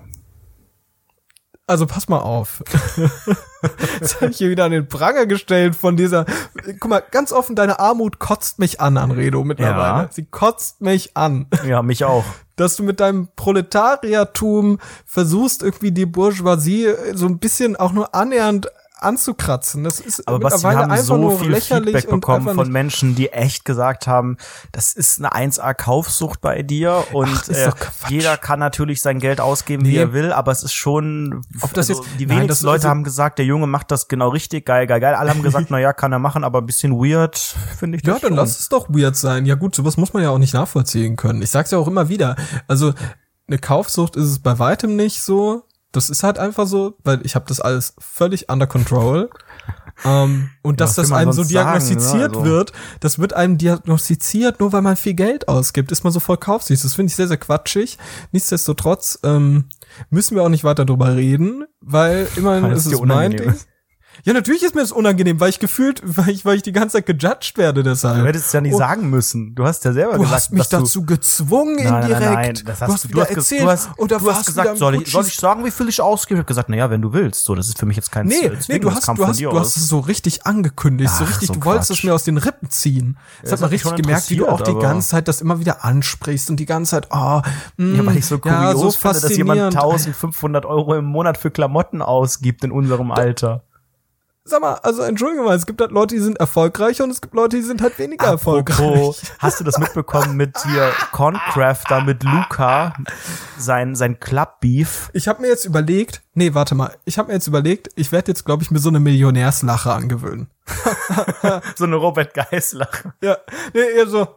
Also pass mal auf. Jetzt habe ich hier wieder an den Pranger gestellt von dieser, guck mal, ganz offen, deine Armut kotzt mich an, Anredo, mittlerweile. Ja. Sie kotzt mich an. Ja, mich auch. Dass du mit deinem Proletariertum versuchst, irgendwie die Bourgeoisie so ein bisschen auch nur annähernd anzukratzen. Das ist aber Basti, wir haben so viel Feedback bekommen von Menschen, die echt gesagt haben, das ist eine eins A Kaufsucht bei dir und Ach, äh, jeder kann natürlich sein Geld ausgeben, nee. wie er will, aber es ist schon, Ob das also, jetzt, die nein, wenigsten Leute haben gesagt, der Junge macht das genau richtig, geil, geil, geil. Alle haben gesagt, na ja, kann er machen, aber ein bisschen weird finde ich das Ja, dann schon. Lass es doch weird sein. Ja gut, sowas muss man ja auch nicht nachvollziehen können. Ich sag's ja auch immer wieder. Also eine Kaufsucht ist es bei weitem nicht so. Das ist halt einfach so, weil ich habe das alles völlig under control. um, und ja, dass das einem so diagnostiziert sagen, ne? also. wird, das wird einem diagnostiziert, nur weil man viel Geld ausgibt, ist man so voll kaufsüchtig. Das finde ich sehr, sehr quatschig. Nichtsdestotrotz ähm, müssen wir auch nicht weiter drüber reden, weil immerhin ist es mein Ding. Ja, natürlich ist mir das unangenehm, weil ich gefühlt, weil ich, weil ich die ganze Zeit gejudged werde deshalb. Du hättest es ja nicht oh, sagen müssen. Du hast ja selber du gesagt, hast mich dass dazu gezwungen nein, indirekt. Nein, nein, das hast du hast du, wieder du hast erzählt. Du hast, oder du hast gesagt, soll ich, soll ich sagen, wie viel ich ausgebe? Ich habe gesagt, na ja, wenn du willst. So, das ist für mich jetzt kein Nee, Zwingen, nee, du hast, du hast, du hast es so richtig angekündigt, Ach, so richtig, so du wolltest es mir aus den Rippen ziehen. Das ja, hat man richtig gemerkt, wie du auch die ganze Zeit das immer wieder ansprichst und die ganze Zeit, oh, mh, ja, weil ich so kurios ja, so finde, dass jemand eintausendfünfhundert Euro im Monat für Klamotten ausgibt in unserem Alter. Sag mal, also entschuldige mal, es gibt halt Leute, die sind erfolgreicher und es gibt Leute, die sind halt weniger Apropos, erfolgreich. Hast du das mitbekommen mit hier Corncrafter, mit Luca, sein sein Club-Beef? Ich habe mir jetzt überlegt, nee, warte mal, ich habe mir jetzt überlegt, ich werde jetzt, glaube ich, mir so eine Millionärslache angewöhnen. So eine Robert Geis-Lache. Ja, nee, eher so.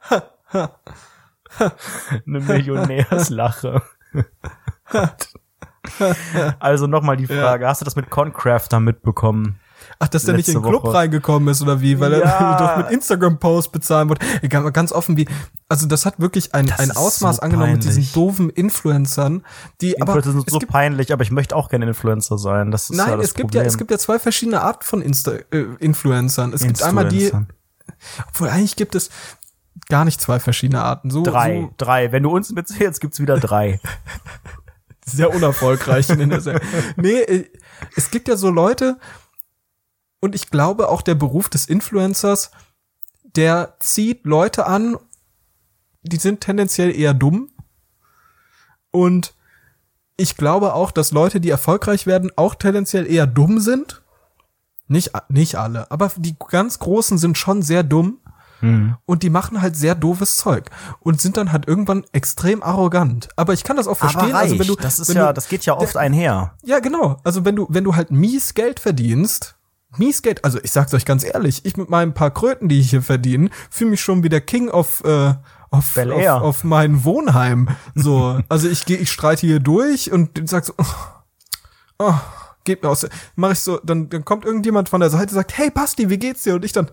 Eine Millionärslache. Also nochmal die Frage, ja. Hast du das mit Corncrafter mitbekommen? Ach, dass der nicht in den Club Woche. reingekommen ist oder wie, weil Ja. er doch mit Instagram-Post bezahlen wurde. Ganz offen wie, also das hat wirklich ein, ein Ausmaß so angenommen mit diesen peinlich. doofen Influencern, die Influencer aber sind so gibt, peinlich, aber ich möchte auch gerne Influencer sein. Das ist nein, ja das es gibt Problem. ja, es gibt ja zwei verschiedene Arten von Insta, äh, Influencern. Es gibt einmal die, obwohl eigentlich gibt es gar nicht zwei verschiedene Arten. So, Drei, so drei. Wenn du uns mitzählst, gibt's wieder drei. sehr unerfolgreich in der Serie. Nee, äh, es gibt ja so Leute, und ich glaube auch der Beruf des Influencers, der zieht Leute an, die sind tendenziell eher dumm. Und ich glaube auch, dass Leute, die erfolgreich werden, auch tendenziell eher dumm sind. Nicht, nicht alle, aber die ganz Großen sind schon sehr dumm. Mhm. Und die machen halt sehr doofes Zeug und sind dann halt irgendwann extrem arrogant. Aber ich kann das auch verstehen. Aber reich, also wenn du, das ist wenn ja, du, das geht ja oft einher. ja, genau. Also wenn du, wenn du halt mies Geld verdienst, mies Geld, also ich sag's euch ganz ehrlich, ich mit meinen paar Kröten, die ich hier verdiene, fühle mich schon wie der King of, äh, auf, Bel auf, Air. auf mein Wohnheim. So, also ich gehe, ich streite hier durch und sag so, oh, oh, geht mir aus, der- mach ich so, dann, dann kommt irgendjemand von der Seite und sagt, hey Basti, wie geht's dir? Und ich dann,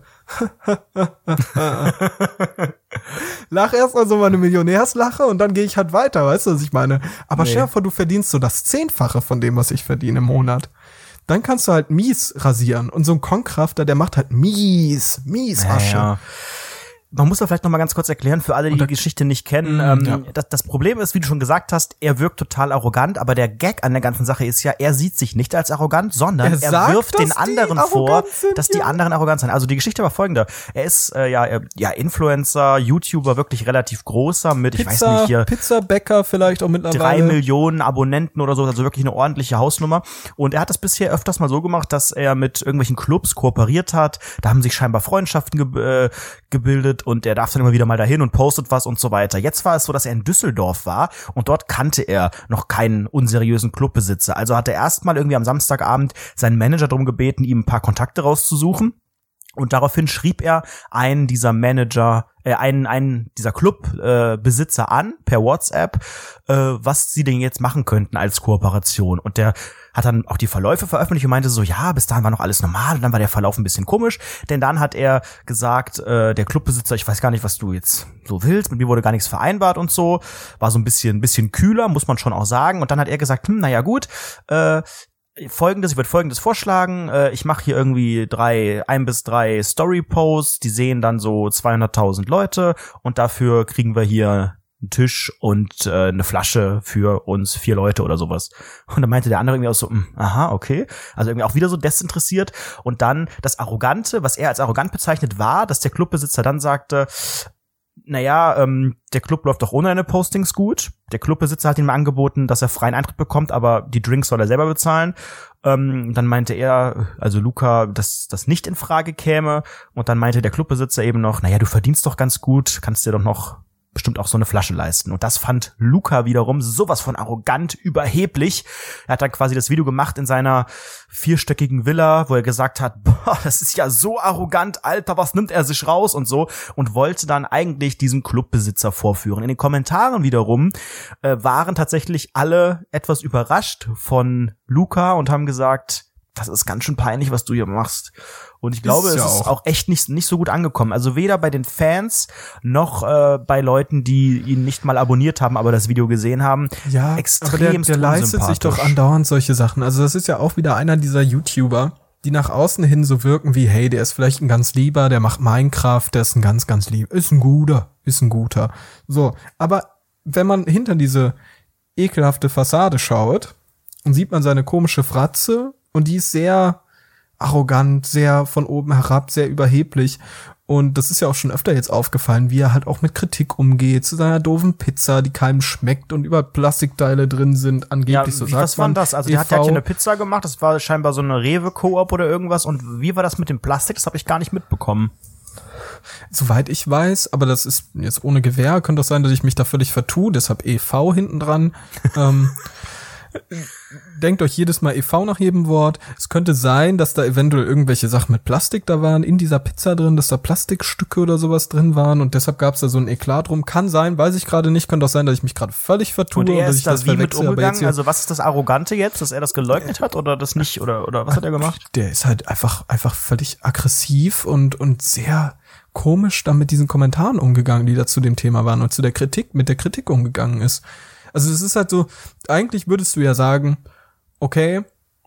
lach erst mal so meine Millionärslache und dann gehe ich halt weiter, weißt du, was ich meine? Aber Nee. stell dir vor, du verdienst so das Zehnfache von dem, was ich verdiene im Monat. Dann kannst du halt mies rasieren. Und so ein Konkrafter, der macht halt mies, mies Asche. Ja. Man muss da vielleicht noch mal ganz kurz erklären, für alle, die die Geschichte nicht kennen. Mm, ähm, ja. das, das Problem ist, wie du schon gesagt hast, er wirkt total arrogant, aber der Gag an der ganzen Sache ist ja, er sieht sich nicht als arrogant, sondern Er er, sagt, wirft den dass die anderen vor, arrogant sind, dass die ja. anderen arrogant sind. Also die Geschichte war folgende. Er ist äh, ja, äh, ja Influencer, YouTuber, wirklich relativ großer mit, ich weiß Pizza, nicht, hier Pizzabäcker vielleicht auch drei mittlerweile. Millionen Abonnenten oder so, also wirklich eine ordentliche Hausnummer. Und er hat das bisher öfters mal so gemacht, dass er mit irgendwelchen Clubs kooperiert hat. Da haben sich scheinbar Freundschaften ge äh, gebildet und er darf dann immer wieder mal dahin und postet was und so weiter. Jetzt war es so, dass er in Düsseldorf war und dort kannte er noch keinen unseriösen Clubbesitzer. Also hat er erstmal irgendwie am Samstagabend seinen Manager darum gebeten, ihm ein paar Kontakte rauszusuchen. Und daraufhin schrieb er einen dieser Manager, äh, einen, einen dieser Clubbesitzer äh, Besitzer an per WhatsApp, äh, was sie denn jetzt machen könnten als Kooperation. Und der hat dann auch die Verläufe veröffentlicht und meinte so, ja, bis dahin war noch alles normal. Und dann war der Verlauf ein bisschen komisch, denn dann hat er gesagt, äh, der Clubbesitzer, ich weiß gar nicht, was du jetzt so willst, mit mir wurde gar nichts vereinbart und so, war so ein bisschen, bisschen kühler, muss man schon auch sagen. Und dann hat er gesagt, hm, naja gut, äh, Folgendes, ich würde Folgendes vorschlagen, äh, ich mache hier irgendwie drei, ein bis drei Story-Posts, die sehen dann so zweihunderttausend Leute und dafür kriegen wir hier einen Tisch und äh, eine Flasche für uns vier Leute oder sowas. Und dann meinte der andere irgendwie auch so, mh, aha, okay, also irgendwie auch wieder so desinteressiert. Und dann das Arrogante, was er als arrogant bezeichnet, war, dass der Clubbesitzer dann sagte, naja, ähm, der Club läuft doch ohne eine Postings gut. Der Clubbesitzer hat ihm angeboten, dass er freien Eintritt bekommt, aber die Drinks soll er selber bezahlen. Ähm, dann meinte er, also Luca, dass das nicht in Frage käme. Und dann meinte der Clubbesitzer eben noch, naja, du verdienst doch ganz gut, kannst dir doch noch bestimmt auch so eine Flasche leisten. Und das fand Luca wiederum sowas von arrogant, überheblich. Er hat dann quasi das Video gemacht in seiner vierstöckigen Villa, wo er gesagt hat, boah, das ist ja so arrogant, Alter, was nimmt er sich raus und so. Und wollte dann eigentlich diesen Clubbesitzer vorführen. In den Kommentaren wiederum äh, waren tatsächlich alle etwas überrascht von Luca und haben gesagt, das ist ganz schön peinlich, was du hier machst. Und ich glaube, Ist es ja ist auch. auch echt nicht, nicht so gut angekommen. Also weder bei den Fans noch äh, bei Leuten, die ihn nicht mal abonniert haben, aber das Video gesehen haben. Ja, extremst aber der, der leistet sich doch unsympathisch. andauernd solche Sachen. Also das ist ja auch wieder einer dieser YouTuber, die nach außen hin so wirken wie, hey, der ist vielleicht ein ganz lieber, der macht Minecraft, der ist ein ganz, ganz lieb, ist ein guter, ist ein guter. So, aber wenn man hinter diese ekelhafte Fassade schaut, dann sieht man seine komische Fratze und die ist sehr arrogant, sehr von oben herab, sehr überheblich. Und das ist ja auch schon öfter jetzt aufgefallen, wie er halt auch mit Kritik umgeht, zu seiner doofen Pizza, die keinem schmeckt und über Plastikteile drin sind, angeblich, Ja, so wie, sagt was war man. denn das? Also der hat, der hat hier eine Pizza gemacht, das war scheinbar so eine Rewe-Koop oder irgendwas. Und wie war das mit dem Plastik? Das habe ich gar nicht mitbekommen. Soweit ich weiß, aber das ist jetzt ohne Gewähr, könnte auch sein, dass ich mich da völlig vertue, deshalb E V hinten dran. ähm, denkt euch jedes Mal E V nach jedem Wort. Es könnte sein, dass da eventuell irgendwelche Sachen mit Plastik da waren, in dieser Pizza drin, dass da Plastikstücke oder sowas drin waren und deshalb gab es da so ein Eklat drum. Kann sein, weiß ich gerade nicht. Könnte auch sein, dass ich mich gerade völlig vertue. Und er dass ist ich da das wie mit verwechsel, aber jetzt umgegangen? hier- Also was ist das Arrogante jetzt, dass er das geleugnet hat oder das nicht? Oder oder was hat er gemacht? Der ist halt einfach einfach völlig aggressiv und und sehr komisch dann mit diesen Kommentaren umgegangen, die da zu dem Thema waren und zu der Kritik, mit der Kritik umgegangen ist. Also es ist halt so, eigentlich würdest du ja sagen, okay,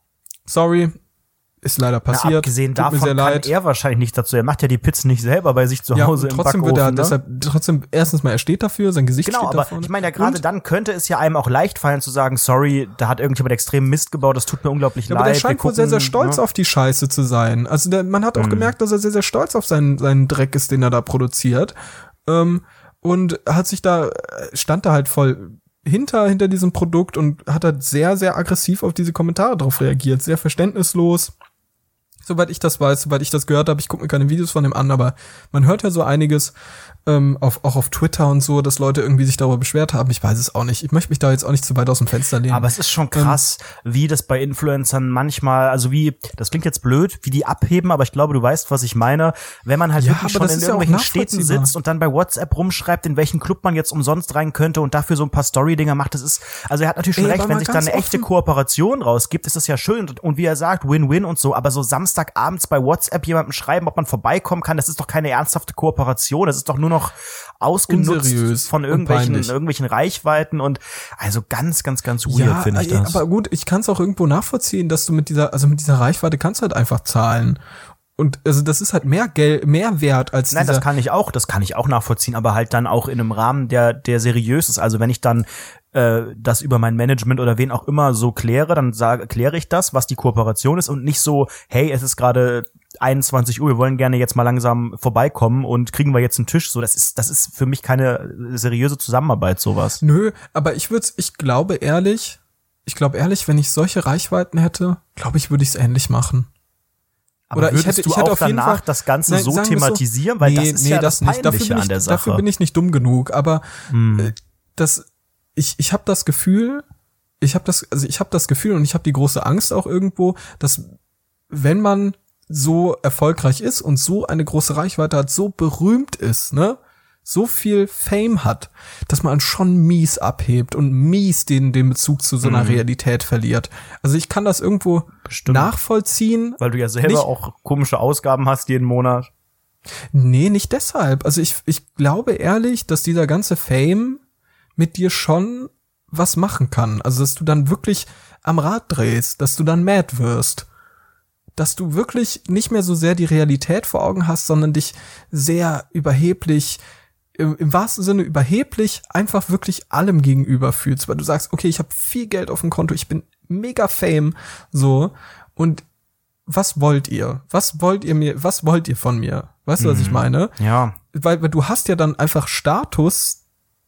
sorry, ist leider passiert. Na, abgesehen tut mir davon sehr kann leid. er wahrscheinlich nichts dazu. Er macht ja die Pizzen nicht selber bei sich zu Ja, Hause und im trotzdem Backofen. wird er ne? deshalb trotzdem erstens mal, er steht dafür, sein Gesicht Genau, steht aber davor. ich meine ja gerade dann könnte es ja einem auch leicht fallen zu sagen, sorry, da hat irgendjemand extrem Mist gebaut, das tut mir unglaublich Ja, leid. aber der scheint wir wohl sehr, sehr gucken, stolz ne? auf die Scheiße zu sein. Also der, man hat auch Mhm. gemerkt, dass er sehr, sehr stolz auf seinen, seinen Dreck ist, den er da produziert. Ähm, und hat sich da, stand da halt voll hinter, hinter diesem Produkt und hat halt sehr, sehr aggressiv auf diese Kommentare drauf reagiert. Sehr verständnislos. Soweit ich das weiß, soweit ich das gehört habe, ich gucke mir keine Videos von dem an, aber man hört ja so einiges, ähm, auf, auch auf Twitter und so, dass Leute irgendwie sich darüber beschwert haben. Ich weiß es auch nicht. Ich möchte mich da jetzt auch nicht zu weit aus dem Fenster lehnen. Aber es ist schon krass, ähm, wie das bei Influencern manchmal, also wie, das klingt jetzt blöd, wie die abheben, aber ich glaube, du weißt, was ich meine. Wenn man halt Ja, wirklich aber schon das in ist ja auch irgendwelchen Städten nachvollziehbar. sitzt und dann bei WhatsApp rumschreibt, in welchen Club man jetzt umsonst rein könnte und dafür so ein paar Story-Dinger macht, das ist, also er hat natürlich schon Ey, recht, aber wenn mal sich da ganz eine echte offen- Kooperation rausgibt, ist das ja schön und, und wie er sagt, Win-Win und so, aber so Samstagabends bei WhatsApp jemandem schreiben, ob man vorbeikommen kann, das ist doch keine ernsthafte Kooperation, das ist doch nur noch ausgenutzt Unseriös von und irgendwelchen peinlich. irgendwelchen Reichweiten und also ganz, ganz, ganz weird finde ich ey, das. aber gut, ich kann es auch irgendwo nachvollziehen, dass du mit dieser, also mit dieser Reichweite kannst du halt einfach zahlen. Und also das ist halt mehr Geld, mehr wert als Nein, dieser, das kann ich auch, das kann ich auch nachvollziehen, aber halt dann auch in einem Rahmen, der der seriös ist. Also wenn ich dann äh, das über mein Management oder wen auch immer so kläre, dann sage kläre ich das, was die Kooperation ist und nicht so, hey, es ist gerade einundzwanzig Uhr, wir wollen gerne jetzt mal langsam vorbeikommen und kriegen wir jetzt einen Tisch. So, das ist das ist für mich keine seriöse Zusammenarbeit, sowas. Nö, aber ich würde, ich glaube ehrlich, ich glaube ehrlich, wenn ich solche Reichweiten hätte, glaube ich, würde ich es ähnlich machen. Aber Oder ich würdest hätte, du ich hätte auch auf jeden danach Fall das Ganze Nein, so sagen wir thematisieren, weil das ist ja das nicht. Dafür Peinliche bin ich, an der Sache. Dafür bin ich nicht dumm genug, aber Hm. äh, das, ich, ich habe das Gefühl, ich habe das, also ich habe das Gefühl und ich habe die große Angst auch irgendwo, dass wenn man so erfolgreich ist und so eine große Reichweite hat, so berühmt ist, ne, so viel Fame hat, dass man schon mies abhebt und mies den, den Bezug zu so einer Mhm. Realität verliert. Also ich kann das irgendwo Bestimmt. nachvollziehen. Weil du ja selber Nicht- auch komische Ausgaben hast jeden Monat. Nee, nicht deshalb. Also ich, ich glaube ehrlich, dass dieser ganze Fame mit dir schon was machen kann. Also dass du dann wirklich am Rad drehst, dass du dann mad wirst. Dass du wirklich nicht mehr so sehr die Realität vor Augen hast, sondern dich sehr überheblich, im, im wahrsten Sinne überheblich, einfach wirklich allem gegenüber fühlst. Weil du sagst, okay, ich habe viel Geld auf dem Konto, ich bin mega Fame, so. Und was wollt ihr? Was wollt ihr mir, was wollt ihr von mir? Weißt du, was ich meine? Ja. Weil, weil du hast ja dann einfach Status,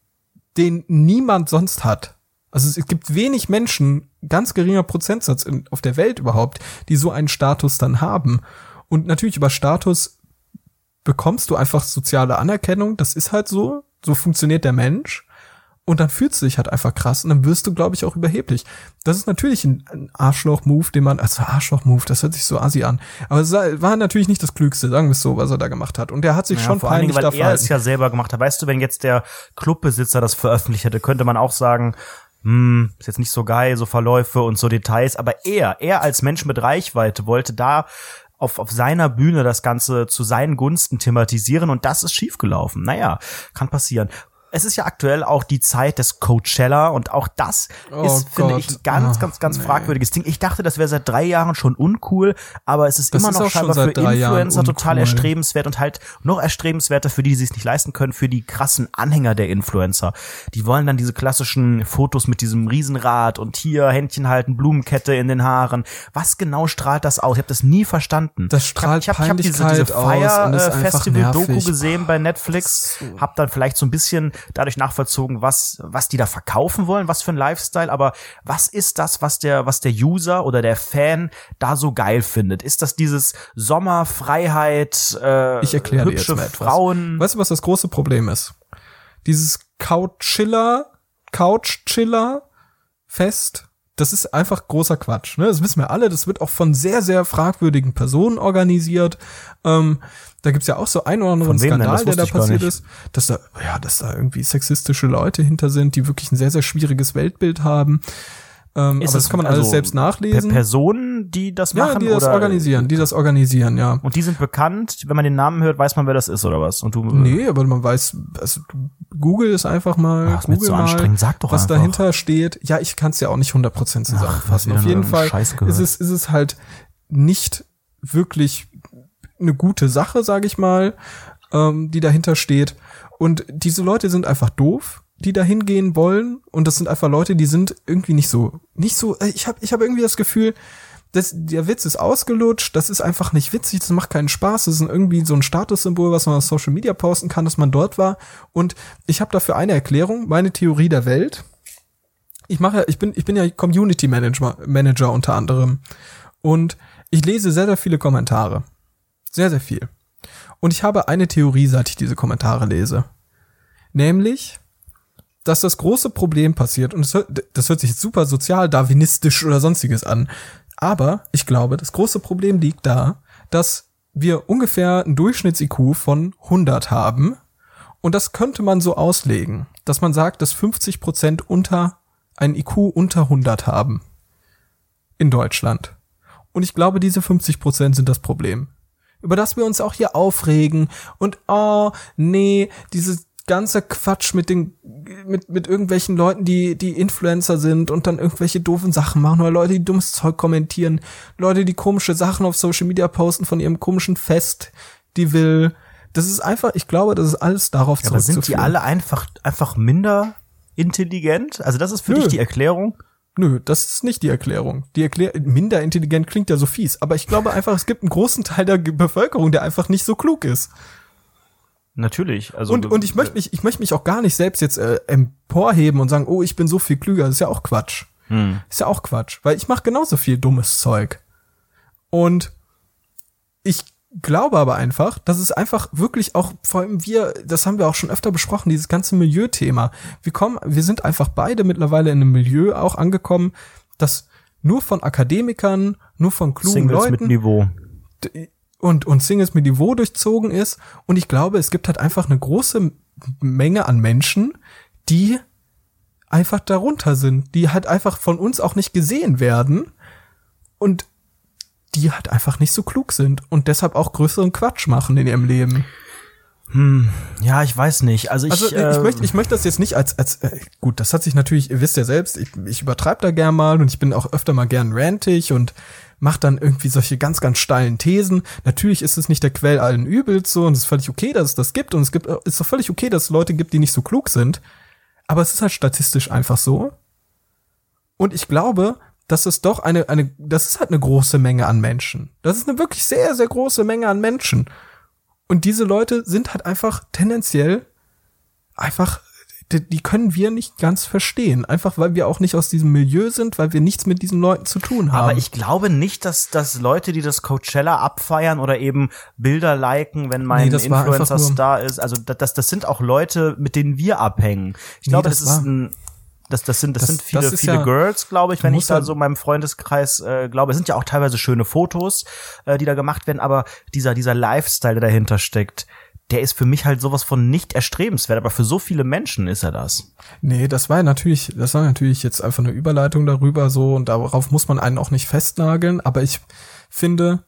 den niemand sonst hat. Also es gibt wenig Menschen, ganz geringer Prozentsatz in, auf der Welt überhaupt, die so einen Status dann haben. Und natürlich über Status bekommst du einfach soziale Anerkennung. Das ist halt so. So funktioniert der Mensch. Und dann fühlst du dich halt einfach krass und dann wirst du, glaube ich, auch überheblich. Das ist natürlich ein, ein Arschloch-Move, den man, also Arschloch-Move, das hört sich so assi an. Aber es war natürlich nicht das Klügste, sagen wir es so, was er da gemacht hat. Und er hat sich Ja, schon vor allen peinlich Dingen, da weil er verhalten. es ja selber gemacht hat. Weißt du, wenn jetzt der Clubbesitzer das veröffentlicht hätte, könnte man auch sagen, hm, ist jetzt nicht so geil, so Verläufe und so Details. Aber er, er als Mensch mit Reichweite wollte da auf, auf seiner Bühne das Ganze zu seinen Gunsten thematisieren und das ist schiefgelaufen. Naja, kann passieren. Es ist ja aktuell auch die Zeit des Coachella und auch das Oh ist, finde Gott. ich, ein ganz, Ach, ganz, ganz nee. fragwürdiges Ding. Ich dachte, das wäre seit drei Jahren schon uncool, aber es ist Das immer ist noch auch schon scheinbar seit für drei Jahren Influencer total uncool. erstrebenswert und halt noch erstrebenswerter für die, die sich nicht leisten können, für die krassen Anhänger der Influencer. Die wollen dann diese klassischen Fotos mit diesem Riesenrad und hier Händchen halten, Blumenkette in den Haaren. Was genau strahlt das aus? Ich habe das nie verstanden. Das strahlt ich hab, ich hab, ich hab diese, Peinlichkeit diese aus und ist Fire einfach Festival-Doku nervig. gesehen bei Netflix, hab dann vielleicht so ein bisschen dadurch nachvollzogen, was was die da verkaufen wollen, was für ein Lifestyle, aber was ist das, was der was der User oder der Fan da so geil findet? Ist das dieses Sommer, Freiheit, äh, Ich erkläre dir jetzt hübsche mal etwas. Frauen? Weißt du, was das große Problem ist? Dieses Couchchiller, Couchchiller Fest, das ist einfach großer Quatsch, ne? Das wissen wir alle, das wird auch von sehr, sehr fragwürdigen Personen organisiert. Ähm, da gibt's ja auch so einen oder anderen Skandal, der da passiert ist, dass da, ja, dass da irgendwie sexistische Leute hinter sind, die wirklich ein sehr, sehr schwieriges Weltbild haben. Ähm, aber das kann man alles also selbst nachlesen. Personen, die das machen? Ja, die das oder? organisieren, die das organisieren, ja. Und die sind bekannt, wenn man den Namen hört, weiß man, wer das ist, oder was? Und du? Nee, aber man weiß, also Google es einfach mal, Ach, Google so mal, Sag doch was einfach. dahinter steht. Ja, ich kann es ja auch nicht hundert Prozent zusammenfassen. Ach, auf jeden Fall ist es, ist es halt nicht wirklich eine gute Sache, sage ich mal, ähm, die dahinter steht. Und diese Leute sind einfach doof, die da hingehen wollen, und das sind einfach Leute, die sind irgendwie nicht so, nicht so, ich habe ich hab irgendwie das Gefühl, dass der Witz ist ausgelutscht, das ist einfach nicht witzig, das macht keinen Spaß, das ist irgendwie so ein Statussymbol, was man auf Social Media posten kann, dass man dort war, und ich habe dafür eine Erklärung, meine Theorie der Welt. Ich mache, ich bin, ich bin ja Community Manager, Manager unter anderem, und ich lese sehr, sehr viele Kommentare. Sehr, sehr viel. Und ich habe eine Theorie, seit ich diese Kommentare lese. Nämlich, dass das große Problem passiert, und das hört, das hört sich jetzt super sozial-darwinistisch oder sonstiges an, aber ich glaube, das große Problem liegt da, dass wir ungefähr einen Durchschnitts-I Q von hundert haben, und das könnte man so auslegen, dass man sagt, dass fünfzig Prozent unter einen I Q unter hundert haben in Deutschland. Und ich glaube, diese fünfzig Prozent sind das Problem, über das wir uns auch hier aufregen und oh, nee, dieses ganze Quatsch mit den mit mit irgendwelchen Leuten, die die Influencer sind und dann irgendwelche doofen Sachen machen, oder Leute, die dummes Zeug kommentieren, Leute, die komische Sachen auf Social Media posten von ihrem komischen Fest, die will. Das ist einfach, ich glaube, das ist alles darauf ja, aber zurückzuführen. sind die alle einfach einfach minder intelligent? Also das ist für Nö. dich die Erklärung? Nö, das ist nicht die Erklärung. Die Erklär minder intelligent klingt ja so fies, aber ich glaube einfach, es gibt einen großen Teil der Bevölkerung, der einfach nicht so klug ist. Natürlich. Also und und ich möchte mich ich möchte mich auch gar nicht selbst jetzt äh, emporheben und sagen, oh, ich bin so viel klüger. Das ist ja auch Quatsch. Hm. Ist ja auch Quatsch, weil ich mache genauso viel dummes Zeug. Und ich glaube aber einfach, dass es einfach wirklich auch, vor allem wir, das haben wir auch schon öfter besprochen, dieses ganze Milieu-Thema. Wir kommen, wir sind einfach beide mittlerweile in einem Milieu auch angekommen, das nur von Akademikern, nur von klugen Singles Leuten mit Niveau. und und Singles mit Niveau durchzogen ist. Und ich glaube, es gibt halt einfach eine große Menge an Menschen, die einfach darunter sind, die halt einfach von uns auch nicht gesehen werden und die halt einfach nicht so klug sind und deshalb auch größeren Quatsch machen in ihrem Leben. Hm, ja, ich weiß nicht. Also ich, also ich äh, möchte, ich möchte das jetzt nicht als, als äh, gut, das hat sich natürlich, ihr wisst ja selbst, ich, ich übertreibe da gern mal und ich bin auch öfter mal gern rantig und mach dann irgendwie solche ganz, ganz steilen Thesen. Natürlich ist es nicht der Quell allen Übels so und es ist völlig okay, dass es das gibt und es gibt, ist doch völlig okay, dass es Leute gibt, die nicht so klug sind. Aber es ist halt statistisch einfach so. Und ich glaube, dass es doch eine, eine, das ist halt eine große Menge an Menschen. Das ist eine wirklich sehr, sehr große Menge an Menschen. Und diese Leute sind halt einfach tendenziell einfach, die, die können wir nicht ganz verstehen. Einfach, weil wir auch nicht aus diesem Milieu sind, weil wir nichts mit diesen Leuten zu tun haben. Aber ich glaube nicht, dass, dass Leute, die das Coachella abfeiern oder eben Bilder liken, wenn mein Nee, Influencer-Star ist, also das, das sind auch Leute, mit denen wir abhängen. Ich Nee, glaube, das das, ist war- ein Das, das sind, das, Das- sind viele, das ist viele ja- Girls, glaube ich, wenn muss ich da ja- so in meinem Freundeskreis äh, glaube. Es sind ja auch teilweise schöne Fotos, äh, die da gemacht werden, aber dieser, dieser Lifestyle, der dahinter steckt, der ist für mich halt sowas von nicht erstrebenswert, aber für so viele Menschen ist er das. Nee, das war ja natürlich, das war natürlich jetzt einfach eine Überleitung darüber so und darauf muss man einen auch nicht festnageln, aber ich finde,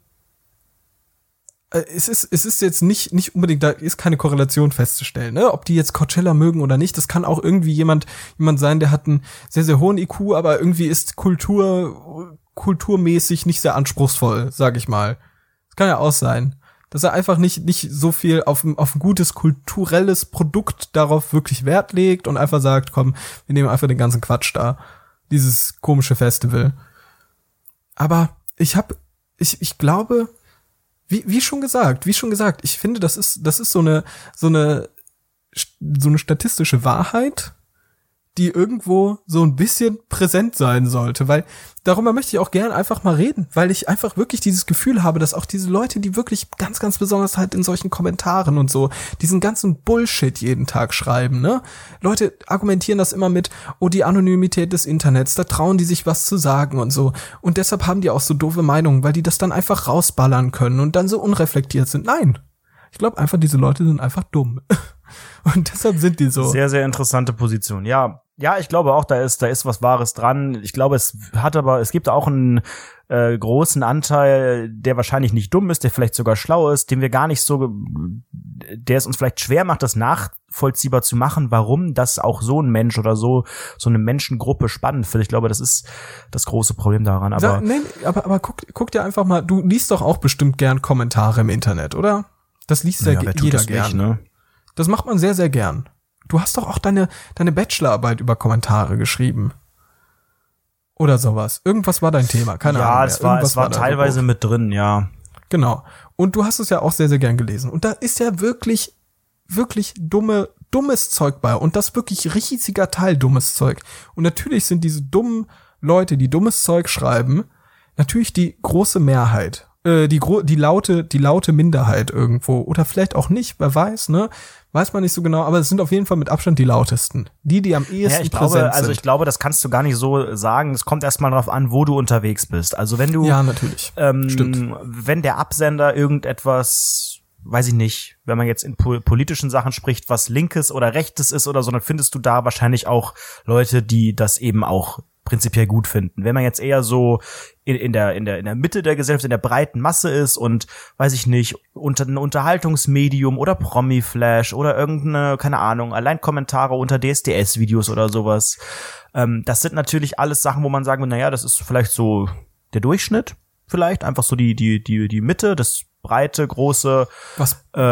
äh, es ist, es ist jetzt nicht, nicht unbedingt, da ist keine Korrelation festzustellen, ne? Ob die jetzt Coachella mögen oder nicht, das kann auch irgendwie jemand, jemand sein, der hat einen sehr, sehr hohen I Q, aber irgendwie ist Kultur, kulturmäßig nicht sehr anspruchsvoll, sag ich mal. Das kann ja auch sein. Dass er einfach nicht, nicht so viel auf ein, auf ein gutes kulturelles Produkt darauf wirklich Wert legt und einfach sagt, komm, wir nehmen einfach den ganzen Quatsch da. Dieses komische Festival. Aber ich hab, ich, ich glaube, wie, wie schon gesagt, wie schon gesagt, ich finde, das ist, das ist so eine, so eine, so eine statistische Wahrheit, die irgendwo so ein bisschen präsent sein sollte, weil darüber möchte ich auch gern einfach mal reden, weil ich einfach wirklich dieses Gefühl habe, dass auch diese Leute, die wirklich ganz, ganz besonders halt in solchen Kommentaren und so, diesen ganzen Bullshit jeden Tag schreiben, ne? Leute argumentieren das immer mit, oh, die Anonymität des Internets, da trauen die sich was zu sagen und so. Und deshalb haben die auch so doofe Meinungen, weil die das dann einfach rausballern können und dann so unreflektiert sind. Nein. Ich glaube einfach, diese Leute sind einfach dumm. Und deshalb sind die so. Sehr, sehr interessante Position. Ja, ja, ich glaube auch, da ist, da ist was Wahres dran. Ich glaube, es hat aber, es gibt auch einen äh, großen Anteil, der wahrscheinlich nicht dumm ist, der vielleicht sogar schlau ist, den wir gar nicht so, der es uns vielleicht schwer macht, das nachvollziehbar zu machen, warum das auch so ein Mensch oder so, so eine Menschengruppe spannend findet. Ich glaube, das ist das große Problem daran. Aber, Sag, nee, aber, aber guck, guck dir einfach mal, du liest doch auch bestimmt gern Kommentare im Internet, oder? Das liest ja, ja wer tut jeder das gern. Nicht, ne? Das macht man sehr, sehr gern. Du hast doch auch deine, deine Bachelorarbeit über Kommentare geschrieben. Oder sowas. Irgendwas war dein Thema, keine ja, Ahnung. Ja, es war, Irgendwas es war, war teilweise so mit drin, ja. Genau. Und du hast es ja auch sehr, sehr gern gelesen. Und da ist ja wirklich, wirklich dumme, dummes Zeug bei. Und das wirklich riesiger Teil dummes Zeug. Und natürlich sind diese dummen Leute, die dummes Zeug schreiben, natürlich die große Mehrheit. Äh, die, gro- die laute, die laute Minderheit irgendwo. Oder vielleicht auch nicht, wer weiß, ne? Weiß man nicht so genau, aber es sind auf jeden Fall mit Abstand die lautesten. Die, die am ehesten ja, ich präsent glaube, sind. Also ich glaube, das kannst du gar nicht so sagen. Es kommt erstmal darauf an, wo du unterwegs bist. Also wenn du, ja, natürlich. Ähm, Stimmt. Wenn der Absender irgendetwas, weiß ich nicht, wenn man jetzt in po- politischen Sachen spricht, was Linkes oder Rechtes ist oder so, dann findest du da wahrscheinlich auch Leute, die das eben auch prinzipiell gut finden. Wenn man jetzt eher so in, in der in der in der Mitte der Gesellschaft, in der breiten Masse ist und weiß ich nicht, unter ein Unterhaltungsmedium oder Promi-Flash oder irgendeine, keine Ahnung, allein Kommentare unter D S D S-Videos oder sowas. Ähm, das sind natürlich alles Sachen, wo man sagen will, naja, das ist vielleicht so der Durchschnitt, vielleicht einfach so die die die die Mitte, das breite, große. Was? Äh,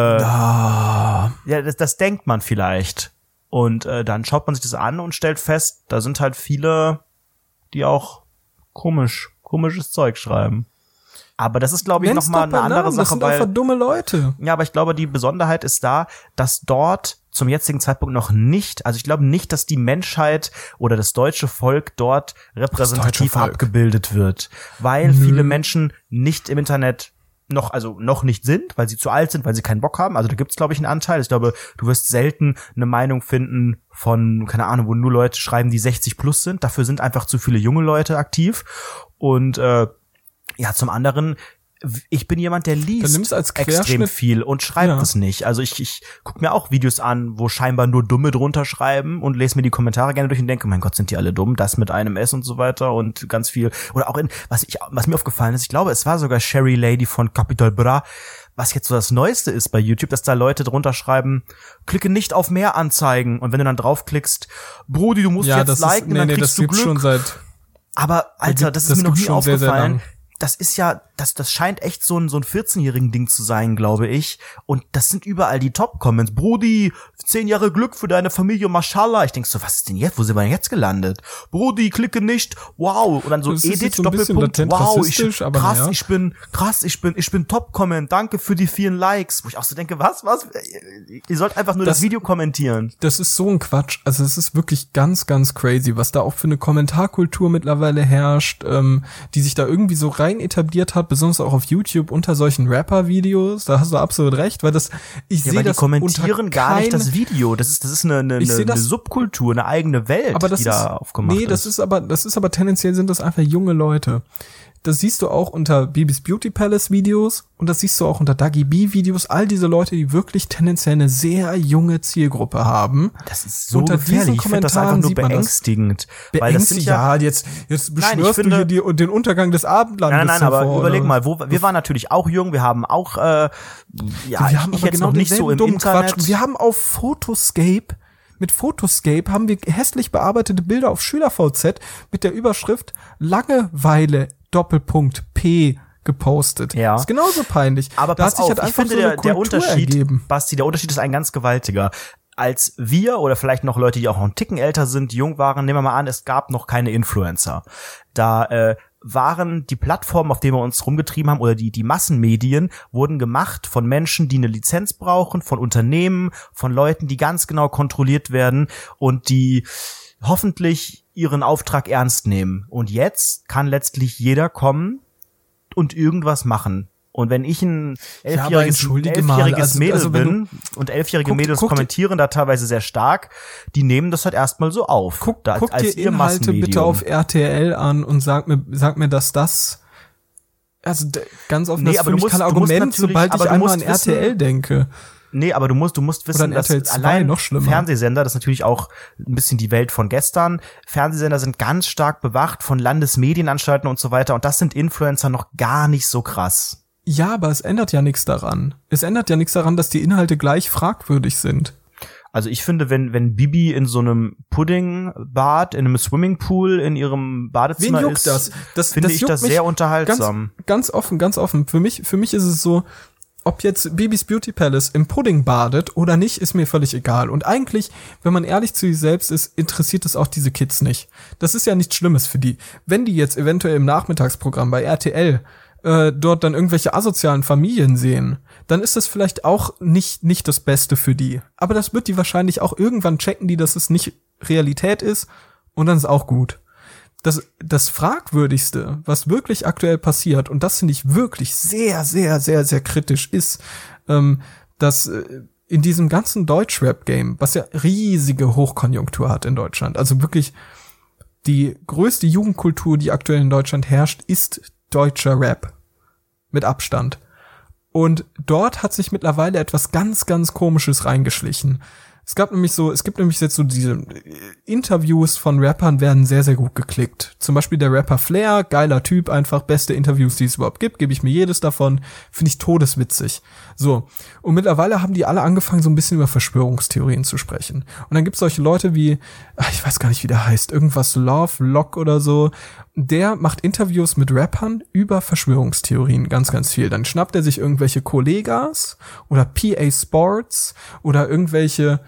ah. Ja, das, das denkt man vielleicht. Und äh, dann schaut man sich das an und stellt fest, da sind halt viele, die auch komisch, komisches Zeug schreiben. Aber das ist, glaube ich, nochmal eine andere Namen, Sache. Das sind weil, einfach dumme Leute. Ja, aber ich glaube, die Besonderheit ist da, dass dort zum jetzigen Zeitpunkt noch nicht, also ich glaube nicht, dass die Menschheit oder das deutsche Volk dort repräsentativ Volk. abgebildet wird. Weil Nö. viele Menschen nicht im Internet noch, also noch nicht sind, weil sie zu alt sind, weil sie keinen Bock haben. Also da gibt's, glaube ich, einen Anteil. Ich glaube, du wirst selten eine Meinung finden von, keine Ahnung, wo nur Leute schreiben, die sechzig plus sind. Dafür sind einfach zu viele junge Leute aktiv. Und äh, ja, zum anderen, ich bin jemand, der liest als extrem viel und schreibt ja. es nicht. Also ich, ich gucke mir auch Videos an, wo scheinbar nur Dumme drunter schreiben und lese mir die Kommentare gerne durch und denke, mein Gott, sind die alle dumm, das mit einem S und so weiter und ganz viel. Oder auch in, was ich, was mir aufgefallen ist, ich glaube, es war sogar Sherry Lady von Capital Bra, was jetzt so das Neueste ist bei YouTube, dass da Leute drunter schreiben, klicke nicht auf mehr Anzeigen. Und wenn du dann draufklickst, Brudi, du musst ja, jetzt das liken, ist, nee, dann nee, kriegst das du gibt's Glück. schon seit Aber, Alter, das ist das mir noch gibt's nie schon sehr, sehr aufgefallen. lang. Das ist ja, das, das scheint echt so ein, so ein vierzehnjährigen Ding zu sein, glaube ich. Und das sind überall die Top-Comments. Brudi, zehn Jahre Glück für deine Familie, Mashallah. Ich denk so, was ist denn jetzt? Wo sind wir denn jetzt gelandet? Brudi, klicke nicht. Wow. Und dann so Das ist Edit, jetzt so ein bisschen Doppelpunkt. latent Wow, rassistisch, ich, aber krass, naja. ich bin, krass, ich bin, ich bin Top-Comment. Danke für die vielen Likes. Wo ich auch so denke, was, was? Ihr sollt einfach nur das, das Video kommentieren. Das ist so ein Quatsch. Also es ist wirklich ganz, ganz crazy, was da auch für eine Kommentarkultur mittlerweile herrscht, ähm, die sich da irgendwie so rein etabliert hat, besonders auch auf YouTube unter solchen Rapper-Videos. Da hast du absolut recht, weil das, ich ja, sehe das die kommentieren unter gar nicht kein- das Video. Das ist, das ist eine, eine, Ich seh eine, das- eine Subkultur, eine eigene Welt, aber das die ist, da aufgemacht nee, das ist. ist aber, das ist aber tendenziell sind das einfach junge Leute. Das siehst du auch unter Bibis Beauty Palace Videos und das siehst du auch unter Dagi B Videos. All diese Leute, die wirklich tendenziell eine sehr junge Zielgruppe haben. Das ist so unter gefährlich. diesen Ich finde das einfach Kommentaren nur sieht man das. beängstigend. Weil das sind Beängstigend, ja, ja, jetzt, jetzt Nein, ich beschwörst finde- du hier die, den Untergang des Abendlandes. Nein, nein, nein, aber hervor, überleg oder? mal, wo, wir waren natürlich auch jung, wir haben auch, äh, ja, wir ich, haben ich aber jetzt genau noch nicht so denselben im dummen Internet. Quatsch. Wir haben auf Photoscape, mit Photoscape haben wir hässlich bearbeitete Bilder auf SchülerV Z mit der Überschrift Langeweile Doppelpunkt P gepostet. Ja. Ist genauso peinlich. Aber da pass hat sich auf, halt ich einfach finde, so eine der, der Kultur Unterschied, ergeben. Basti, der Unterschied ist ein ganz gewaltiger. Als wir oder vielleicht noch Leute, die auch noch einen Ticken älter sind, die jung waren, nehmen wir mal an, es gab noch keine Influencer. Da äh, waren die Plattformen, auf denen wir uns rumgetrieben haben, oder die die Massenmedien, wurden gemacht von Menschen, die eine Lizenz brauchen, von Unternehmen, von Leuten, die ganz genau kontrolliert werden und die hoffentlich ihren Auftrag ernst nehmen. Und jetzt kann letztlich jeder kommen und irgendwas machen. Und wenn ich ein elfjähriges, ja, elfjähriges mal, also, Mädel also bin und elfjährige guck, Mädels guck kommentieren da teilweise sehr stark, die nehmen das halt erstmal so auf. Guck, da, guck als dir ihr Inhalte Massenmedium. bitte auf R T L an und sag mir, sag mir, dass das, also d- ganz offen, Nee, das ist aber für du mich musst- kein du musst Argument, natürlich- sobald aber ich du einmal musst an R T L wissen- denke. Nee, aber du musst, du musst Oder wissen, ein dass R T L zwei, allein noch schlimmer. Fernsehsender, das ist natürlich auch ein bisschen die Welt von gestern. Fernsehsender sind ganz stark bewacht von Landesmedienanstalten und so weiter. Und das sind Influencer noch gar nicht so krass. Ja, aber es ändert ja nichts daran. Es ändert ja nichts daran, dass die Inhalte gleich fragwürdig sind. Also ich finde, wenn, wenn Bibi in so einem Puddingbad, in einem Swimmingpool in ihrem Badezimmer Wen juckt ist, das? Das- finde das ich juckt das mich sehr unterhaltsam. Ganz, ganz offen, ganz offen. Für mich, für mich ist es so, ob jetzt Bibis Beauty Palace im Pudding badet oder nicht, ist mir völlig egal. Und eigentlich, wenn man ehrlich zu sich selbst ist, interessiert es auch diese Kids nicht. Das ist ja nichts Schlimmes für die. Wenn die jetzt eventuell im Nachmittagsprogramm bei R T L äh, dort dann irgendwelche asozialen Familien sehen, dann ist das vielleicht auch nicht nicht das Beste für die. Aber das wird die wahrscheinlich auch irgendwann checken, die, dass es nicht Realität ist, und dann ist auch gut. Das, das Fragwürdigste, was wirklich aktuell passiert, und das finde ich wirklich sehr, sehr, sehr, sehr kritisch, ist, ähm, dass äh, in diesem ganzen Deutschrap-Game, was ja riesige Hochkonjunktur hat in Deutschland, also wirklich die größte Jugendkultur, die aktuell in Deutschland herrscht, ist deutscher Rap. Mit Abstand. Und dort hat sich mittlerweile etwas ganz, ganz Komisches reingeschlichen. Es gab nämlich so, es gibt nämlich jetzt so diese äh, Interviews von Rappern werden sehr, sehr gut geklickt. Zum Beispiel der Rapper Flair, geiler Typ, einfach beste Interviews, die es überhaupt gibt, gebe ich mir jedes davon, finde ich todeswitzig. So, und mittlerweile haben die alle angefangen, so ein bisschen über Verschwörungstheorien zu sprechen. Und dann gibt es solche Leute wie, ach, ich weiß gar nicht, wie der heißt, irgendwas Love, Lock oder so, der macht Interviews mit Rappern über Verschwörungstheorien, ganz, ganz viel. Dann schnappt er sich irgendwelche Kollegas oder P A Sports oder irgendwelche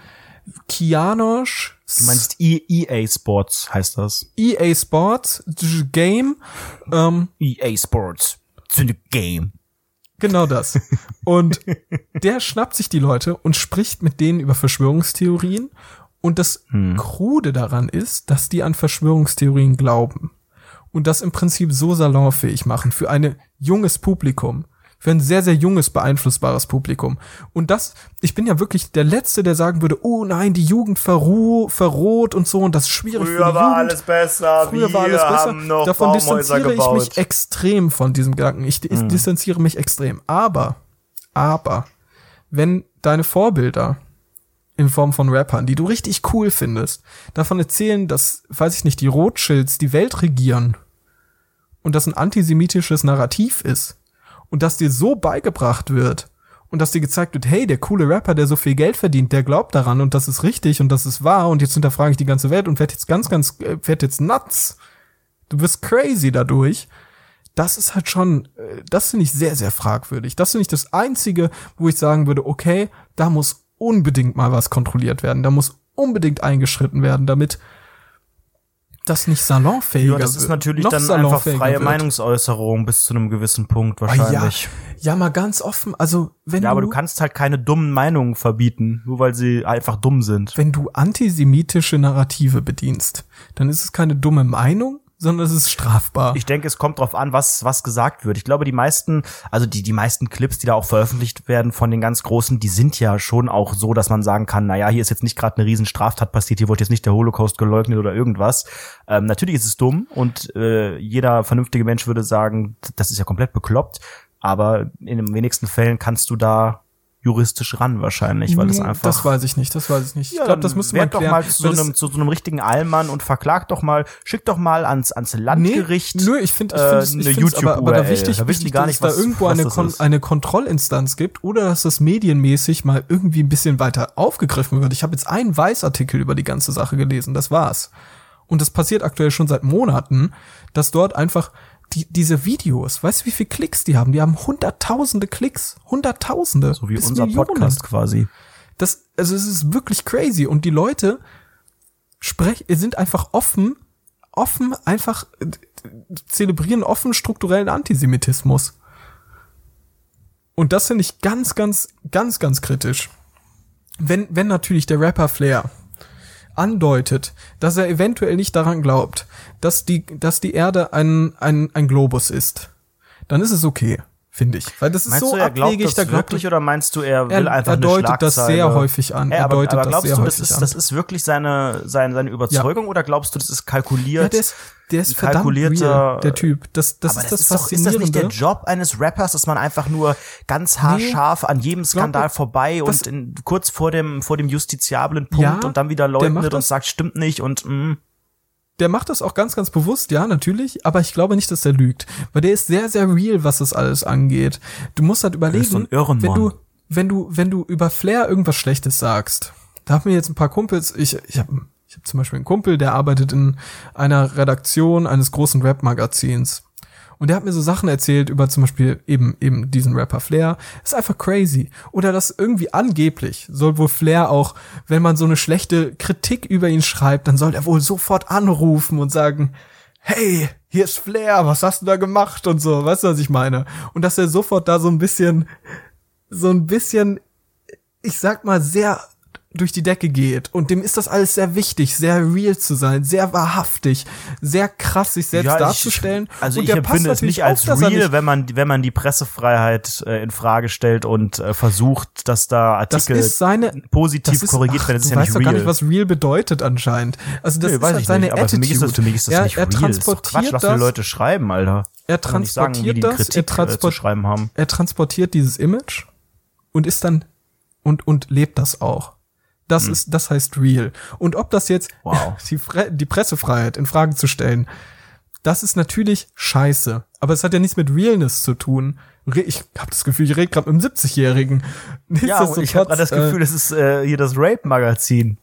Kianosch. Du meinst E A Sports heißt das? E A Sports, Game. Ähm, E A Sports. It's in the game. Genau das. Und der schnappt sich die Leute und spricht mit denen über Verschwörungstheorien. Und das hm. Krude daran ist, dass die an Verschwörungstheorien glauben. Und das im Prinzip so salonfähig machen für ein junges Publikum. Für ein sehr, sehr junges, beeinflussbares Publikum. Und das, ich bin ja wirklich der Letzte, der sagen würde, oh nein, die Jugend verruh, verroht und so, und das ist schwierig Früher für die war Jugend. alles besser. Früher Wir war alles besser. haben noch Davon Baumhäuser distanziere gebaut. ich mich extrem von diesem Gedanken. Ich dis- Mhm. distanziere mich extrem. Aber, aber, wenn deine Vorbilder in Form von Rappern, die du richtig cool findest, davon erzählen, dass, weiß ich nicht, die Rothschilds die Welt regieren und das ein antisemitisches Narrativ ist und dass dir so beigebracht wird und dass dir gezeigt wird, hey, der coole Rapper, der so viel Geld verdient, der glaubt daran und das ist richtig und das ist wahr und jetzt hinterfrage ich die ganze Welt und werd jetzt ganz, ganz, äh, werd jetzt nuts. Du wirst crazy dadurch. Das ist halt schon, äh, das finde ich sehr, sehr fragwürdig. Das finde ich das Einzige, wo ich sagen würde, okay, da muss unbedingt mal was kontrolliert werden. Da muss unbedingt eingeschritten werden, damit das nicht salonfähiger wird. Ja, das ist natürlich noch dann einfach freie wird. Meinungsäußerung bis zu einem gewissen Punkt wahrscheinlich. Oh ja, ja, mal ganz offen, also wenn ja, du... aber du kannst halt keine dummen Meinungen verbieten, nur weil sie einfach dumm sind. Wenn du antisemitische Narrative bedienst, dann ist es keine dumme Meinung, sondern es ist strafbar. Ich denke, es kommt drauf an, was was gesagt wird. Ich glaube, die meisten, also die die meisten Clips, die da auch veröffentlicht werden von den ganz Großen, die sind ja schon auch so, dass man sagen kann, naja, hier ist jetzt nicht gerade eine riesen Straftat passiert, hier wurde jetzt nicht der Holocaust geleugnet oder irgendwas. Ähm, natürlich ist es dumm und äh, jeder vernünftige Mensch würde sagen, das ist ja komplett bekloppt, aber in den wenigsten Fällen kannst du da juristisch ran wahrscheinlich, weil es einfach... Das weiß ich nicht, das weiß ich nicht. Ja, ich glaube, das müsste man doch klären. mal zu so, einem, zu so einem richtigen Allmann und verklagt doch mal, schick doch mal ans ans Landgericht. Nee, nö, ich finde, ich äh, finde, ich eine finde aber, aber da YouTube-U R L. wichtig, Da wissen wichtig die gar dass nicht, es da was- irgendwo was eine, das Kon- ist. eine Kontrollinstanz gibt oder dass das medienmäßig mal irgendwie ein bisschen weiter aufgegriffen wird. Ich habe jetzt einen Weiß-Artikel über die ganze Sache gelesen, das war's. Und das passiert aktuell schon seit Monaten, dass dort einfach die, diese Videos, weißt du, wie viele Klicks die haben? Die haben hunderttausende Klicks, hunderttausende. So wie bis unser Millionen. Podcast quasi. Das, also es ist wirklich crazy. Und die Leute sprech, sind einfach offen, offen, einfach äh, zelebrieren offen strukturellen Antisemitismus. Und das finde ich ganz, ganz, ganz, ganz kritisch. Wenn, wenn natürlich der Rapper Flair andeutet, dass er eventuell nicht daran glaubt, dass die, dass die Erde ein, ein, ein Globus ist, dann ist es okay, finde ich. Weil das ist meinst so du, er glaubt abwegig, das da glaubt wirklich, oder meinst du, er will er, einfach er deutet eine das Schlagzeile? sehr häufig an. Ja, er aber, deutet aber das glaubst sehr du, das häufig ist, an. das ist wirklich seine, seine, seine Überzeugung, ja. oder glaubst du, das ist kalkuliert? Ja, der ist, der ist verdammt real, der Typ. Das, das aber ist das, das ist, doch, ist das Faszinierende. nicht der Job eines Rappers, dass man einfach nur ganz haarscharf nee, an jedem Skandal glaub, vorbei und in, kurz vor dem, vor dem justiziablen Punkt ja, und dann wieder leugnet und das, sagt, stimmt nicht und mh. Der macht das auch ganz, ganz bewusst, ja, natürlich, aber ich glaube nicht, dass der lügt. Weil der ist sehr, sehr real, was das alles angeht. Du musst halt überlegen, so ein Irrenmann. wenn du, wenn du, wenn du über Flair irgendwas Schlechtes sagst, da haben mir jetzt ein paar Kumpels, ich, ich habe ich hab zum Beispiel einen Kumpel, der arbeitet in einer Redaktion eines großen Rap-Magazins. Und der hat mir so Sachen erzählt über zum Beispiel eben eben diesen Rapper Flair. Ist einfach crazy. Oder das irgendwie angeblich soll wohl Flair auch, wenn man so eine schlechte Kritik über ihn schreibt, dann soll er wohl sofort anrufen und sagen, hey, hier ist Flair, was hast du da gemacht und so. Weißt du, was ich meine? Und dass er sofort da so ein bisschen, so ein bisschen, ich sag mal, sehr durch die Decke geht. Und dem ist das alles sehr wichtig, sehr real zu sein, sehr wahrhaftig, sehr krass sich selbst ja, ich, darzustellen. Also und ich empfinde es nicht als auf, real, nicht wenn man wenn man die Pressefreiheit äh, in Frage stellt und äh, versucht, dass da Artikel das ist seine, positiv das ist, korrigiert ach, werden. Das ist du ja weißt nicht doch real. gar nicht, was real bedeutet anscheinend. Also das nee, ist weiß halt ich seine nicht, aber für mich, ist das, für mich ist das er, nicht er real. transportiert das ist doch Quatsch, was das, die Leute schreiben, Alter. Er transportiert sagen, wie die das, Kritik, er, transport, äh, zu schreiben haben. er transportiert dieses Image und ist dann und und lebt das auch. Das hm. ist, das heißt real. Und ob das jetzt wow. die, die Pressefreiheit in Frage zu stellen, das ist natürlich scheiße. Aber es hat ja nichts mit Realness zu tun. Ich habe das Gefühl, ich rede gerade mit einem siebzigjährigen. Ja, und ich habe gerade das Gefühl, das ist äh, hier das Rape-Magazin.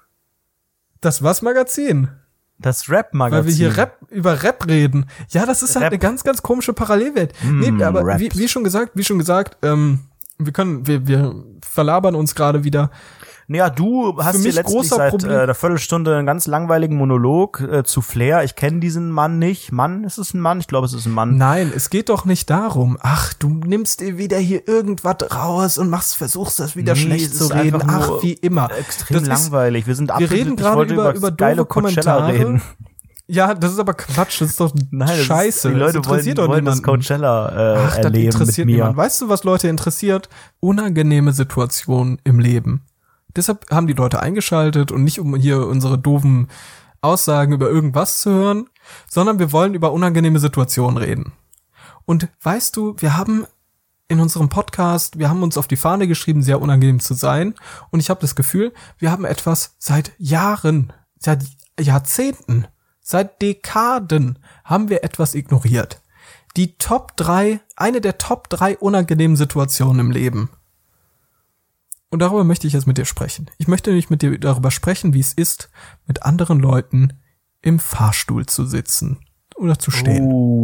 Das was Magazin? Das Rap-Magazin. Weil wir hier Rap, über Rap reden. Ja, das ist halt Rap. Eine ganz, ganz komische Parallelwelt. Mm, nee, aber wie, wie schon gesagt, wie schon gesagt, ähm, wir können, wir, wir verlabern uns gerade wieder. Naja, du hast hier letztlich seit äh, einer Viertelstunde einen ganz langweiligen Monolog äh, zu Flair. Ich kenne diesen Mann nicht. Mann, ist es ein Mann? Ich glaube, es ist ein Mann. Nein, es geht doch nicht darum. Ach, du nimmst dir wieder hier irgendwas raus und machst, versuchst das wieder nee, schlecht zu reden. Ach, wie immer. Extrem das langweilig. Wir sind Wir reden gerade über, über geile Kommentare. Reden. Ja, das ist aber Quatsch. Das ist doch Nein, das scheiße. Ist, die Leute das interessiert wollen, doch wollen das Coachella äh, Ach, erleben das interessiert mit mir. Niemand. Weißt du, was Leute interessiert? Unangenehme Situationen im Leben. Deshalb haben die Leute eingeschaltet und nicht, um hier unsere doofen Aussagen über irgendwas zu hören, sondern wir wollen über unangenehme Situationen reden. Und weißt du, wir haben in unserem Podcast, wir haben uns auf die Fahne geschrieben, sehr unangenehm zu sein. Und ich habe das Gefühl, wir haben etwas seit Jahren, seit Jahrzehnten, seit Dekaden haben wir etwas ignoriert. Die Top drei, eine der Top drei unangenehmen Situationen im Leben. Und darüber möchte ich jetzt mit dir sprechen. Ich möchte nämlich mit dir darüber sprechen, wie es ist, mit anderen Leuten im Fahrstuhl zu sitzen oder zu stehen.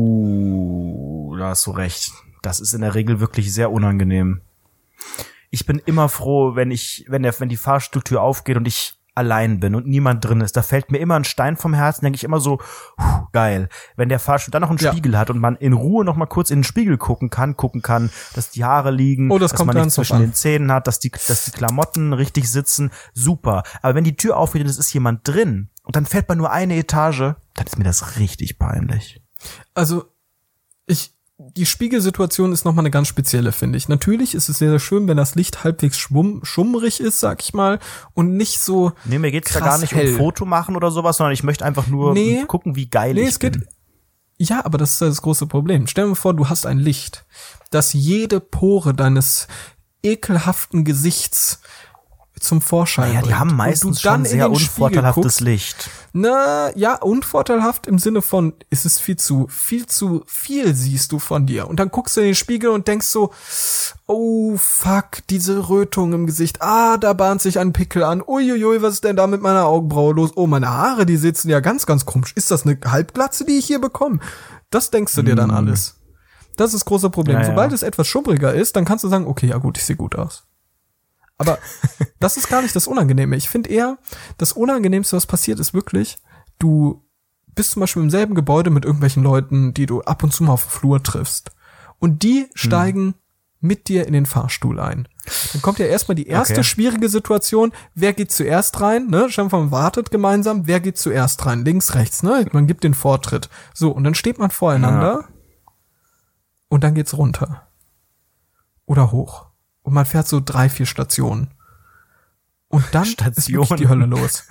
Oh, da hast du recht. Das ist in der Regel wirklich sehr unangenehm. Ich bin immer froh, wenn ich, wenn der, wenn die Fahrstuhltür aufgeht und ich allein bin und niemand drin ist. Da fällt mir immer ein Stein vom Herzen, denke ich immer so, puh, geil. Wenn der Fahrstuhl dann noch einen ja. Spiegel hat und man in Ruhe noch mal kurz in den Spiegel gucken kann, gucken kann, dass die Haare liegen, oh, das dass kommt man nicht zwischen an. den Zähnen hat, dass die, dass die Klamotten richtig sitzen, super. Aber wenn die Tür aufgeht und es ist jemand drin und dann fällt man nur eine Etage, dann ist mir das richtig peinlich. Also, ich, die Spiegelsituation ist nochmal eine ganz spezielle, finde ich. Natürlich ist es sehr, sehr schön, wenn das Licht halbwegs schwumm, schummrig ist, sag ich mal, und nicht so Nee, mir geht's da gar nicht hell. um Foto machen oder sowas, sondern ich möchte einfach nur nee, gucken, wie geil nee, ich es bin. Geht, ja, aber das ist das große Problem. Stell dir vor, du hast ein Licht, das jede Pore deines ekelhaften Gesichts zum Vorschein bringt. Ja, die haben meistens schon sehr unvorteilhaftes guckst, Licht. Na, ja, unvorteilhaft im Sinne von, ist es viel zu, viel zu viel siehst du von dir. Und dann guckst du in den Spiegel und denkst so, oh, fuck, diese Rötung im Gesicht. Ah, da bahnt sich ein Pickel an. Uiuiui, was ist denn da mit meiner Augenbraue los? Oh, meine Haare, die sitzen ja ganz, ganz komisch. Ist das eine Halbglatze, die ich hier bekomme? Das denkst du dir dann alles. Das ist das große Problem. Ja, Sobald ja. es etwas schummriger ist, dann kannst du sagen, okay, ja gut, ich sehe gut aus. Aber das ist gar nicht das Unangenehme. Ich finde eher, das Unangenehmste, was passiert, ist wirklich, du bist zum Beispiel im selben Gebäude mit irgendwelchen Leuten, die du ab und zu mal auf dem Flur triffst. Und die steigen hm. mit dir in den Fahrstuhl ein. Dann kommt ja erstmal die erste Okay. schwierige Situation. Wer geht zuerst rein? Ne? Stell dir vor, man wartet gemeinsam. Wer geht zuerst rein? Links, rechts, ne? Man gibt den Vortritt. So, und dann steht man voreinander. Ja. Und dann geht's runter. Oder hoch. Und man fährt so drei, vier Stationen. Und dann Station. ist wirklich die Hölle los.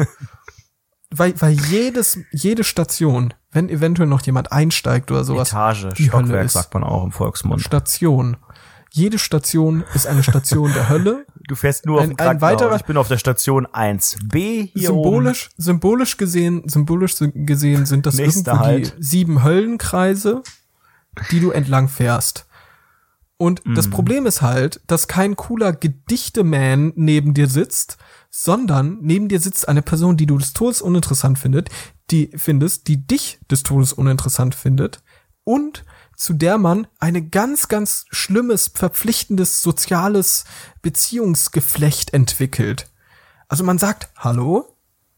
weil, weil jedes, jede Station, wenn eventuell noch jemand einsteigt oder sowas. Etage, die Hölle Stockwerk, ist. sagt man auch im Volksmund. Station. Jede Station ist eine Station der Hölle. Du fährst nur Ein- auf den ein Krankenhaus. weiterer- Ich bin auf der Station eins B hier symbolisch, symbolisch gesehen, symbolisch gesehen sind das Nächster irgendwo Halt. die sieben Höllenkreise, die du entlang fährst. Und Mhm. das Problem ist halt, dass kein cooler Gedichte-Man neben dir sitzt, sondern neben dir sitzt eine Person, die du des Todes uninteressant findet, die findest, die dich des Todes uninteressant findet und zu der man eine ganz, ganz schlimmes, verpflichtendes, soziales Beziehungsgeflecht entwickelt. Also man sagt Hallo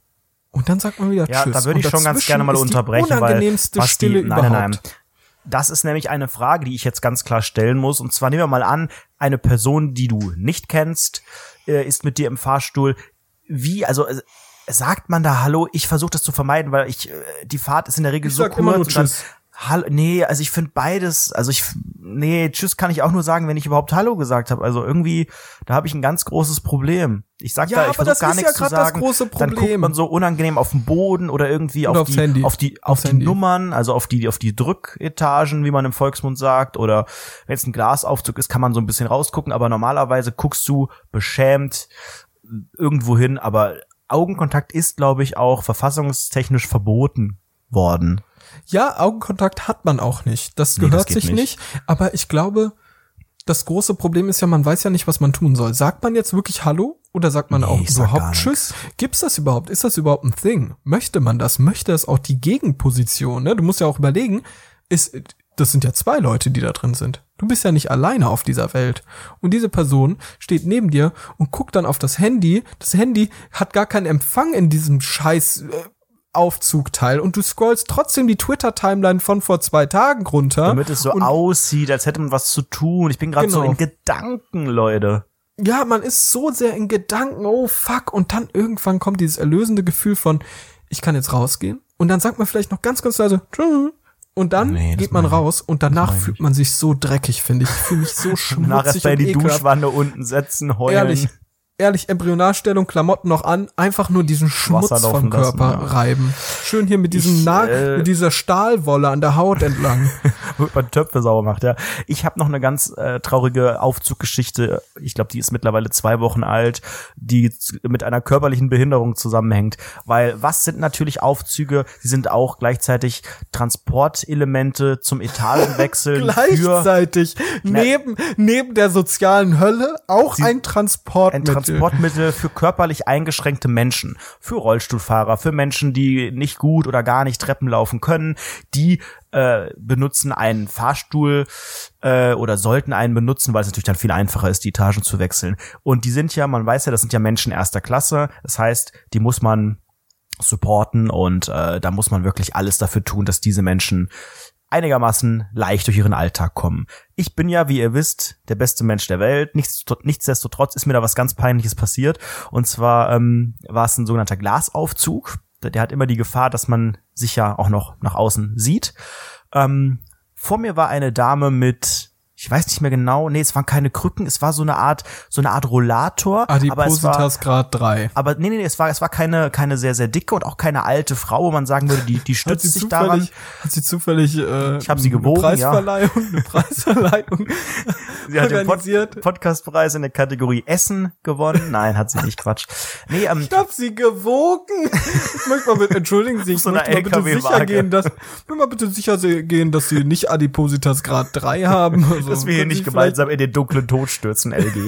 und dann sagt man wieder Ja, Tschüss. da würde ich Und schon ganz dazwischen gerne mal ist die unterbrechen, weil unangenehmste was die- Stille nein, überhaupt. nein, nein. Das ist nämlich eine Frage, die ich jetzt ganz klar stellen muss. Und zwar nehmen wir mal an, eine Person, die du nicht kennst, äh, ist mit dir im Fahrstuhl. Wie, also äh, sagt man da Hallo? Ich versuche das zu vermeiden, weil ich äh, die Fahrt ist in der Regel Ich so sag kurz. immer nur und dann, Tschüss. Hallo, nee, also ich finde beides, also ich, nee, Tschüss kann ich auch nur sagen, wenn ich überhaupt Hallo gesagt habe. Also irgendwie, da habe ich ein ganz großes Problem. Ich sag Ja, da, ich aber versuche das gar ist ja nichts zu grad das sagen. große Dann guckt Problem. man so unangenehm auf den Boden oder irgendwie Oder auf aufs die, Handy. auf die, auf Aufs die Handy. Nummern, also auf die, auf die Drücketagen, wie man im Volksmund sagt, oder wenn es ein Glasaufzug ist, kann man so ein bisschen rausgucken, aber normalerweise guckst du beschämt irgendwo hin, aber Augenkontakt ist, glaube ich, auch verfassungstechnisch verboten worden. Ja, Augenkontakt hat man auch nicht. Das Nee, gehört das geht sich nicht. nicht. Aber ich glaube, das große Problem ist ja, man weiß ja nicht, was man tun soll. Sagt man jetzt wirklich Hallo oder sagt man Nee, auch ich sag gar überhaupt nix. Tschüss? Gibt's das überhaupt? Ist das überhaupt ein Thing? Möchte man das? Möchte es auch die Gegenposition? Ne? Du musst ja auch überlegen, ist, das sind ja zwei Leute, die da drin sind. Du bist ja nicht alleine auf dieser Welt. Und diese Person steht neben dir und guckt dann auf das Handy. Das Handy hat gar keinen Empfang in diesem scheiß äh, Aufzugteil und du scrollst trotzdem die Twitter-Timeline von vor zwei Tagen runter. Damit es so und aussieht, als hätte man was zu tun. Ich bin gerade so Genau. in Gedanken, Leute. ja, man ist so sehr in Gedanken, oh fuck, und dann irgendwann kommt dieses erlösende Gefühl von, ich kann jetzt rausgehen. Und dann sagt man vielleicht noch ganz, ganz leise, tschüss. Und dann Nee, das geht man meine ich. raus und danach meine ich fühlt man sich so dreckig, finde ich. Ich fühle mich so Danach schmutzig erst bei und die ekelhaft. Duschwanne unten setzen, heulen. Ehrlich, ehrlich, Embryonalstellung, Klamotten noch an, einfach nur diesen Schmutz Wasser vom laufen lassen, Körper ja. reiben. Schön hier mit diesem Ich, Na äh, mit dieser Stahlwolle an der Haut entlang. Wo man Töpfe sauber macht, ja. Ich habe noch eine ganz äh, traurige Aufzuggeschichte. Ich glaube, die ist mittlerweile zwei Wochen alt, die z- mit einer körperlichen Behinderung zusammenhängt. Weil was sind natürlich Aufzüge? Sie sind auch gleichzeitig Transportelemente zum Etagenwechseln für Gleichzeitig neben neben der sozialen Hölle auch Sie- ein Transportmittel. ein Transportmittel für körperlich eingeschränkte Menschen, für Rollstuhlfahrer, für Menschen, die nicht gut oder gar nicht Treppen laufen können, die äh, benutzen einen Fahrstuhl äh, oder sollten einen benutzen, weil es natürlich dann viel einfacher ist, die Etagen zu wechseln. Und die sind ja, man weiß ja, das sind ja Menschen erster Klasse, das heißt, die muss man supporten und äh, da muss man wirklich alles dafür tun, dass diese Menschen einigermaßen leicht durch ihren Alltag kommen. Ich bin ja, wie ihr wisst, der beste Mensch der Welt. Nichts, nichtsdestotrotz ist mir da was ganz Peinliches passiert. Und zwar ähm, war es ein sogenannter Glasaufzug. Der hat immer die Gefahr, dass man sich ja auch noch nach außen sieht. Ähm, vor mir war eine Dame mit, ich weiß nicht mehr genau, nee, es waren keine Krücken, es war so eine Art, so eine Art Rollator. aber es war, Adipositas Grad drei. aber nee, nee, nee, es war, es war keine, keine sehr, sehr dicke und auch keine alte Frau, wo man sagen würde, die, die Hat stützt sie sich daran. zufällig, hat sie zufällig äh, Ich hab sie gewogen, eine Preisverleihung, eine Preisverleihung Sie hat den Pod organisiert. Podcastpreis in der Kategorie Essen gewonnen. Nein, hat sie nicht, Quatsch. Nee, ähm, Ich hab sie gewogen. Ich möchte mal bitte, entschuldigen Sie, ich So eine möchte mal bitte L K W-Waage. sicher gehen, dass, ich will mal bitte sicher se- gehen, dass Sie nicht Adipositas Grad drei haben. Also, dass wir hier können nicht Sie gemeinsam in den dunklen Tod stürzen, L G.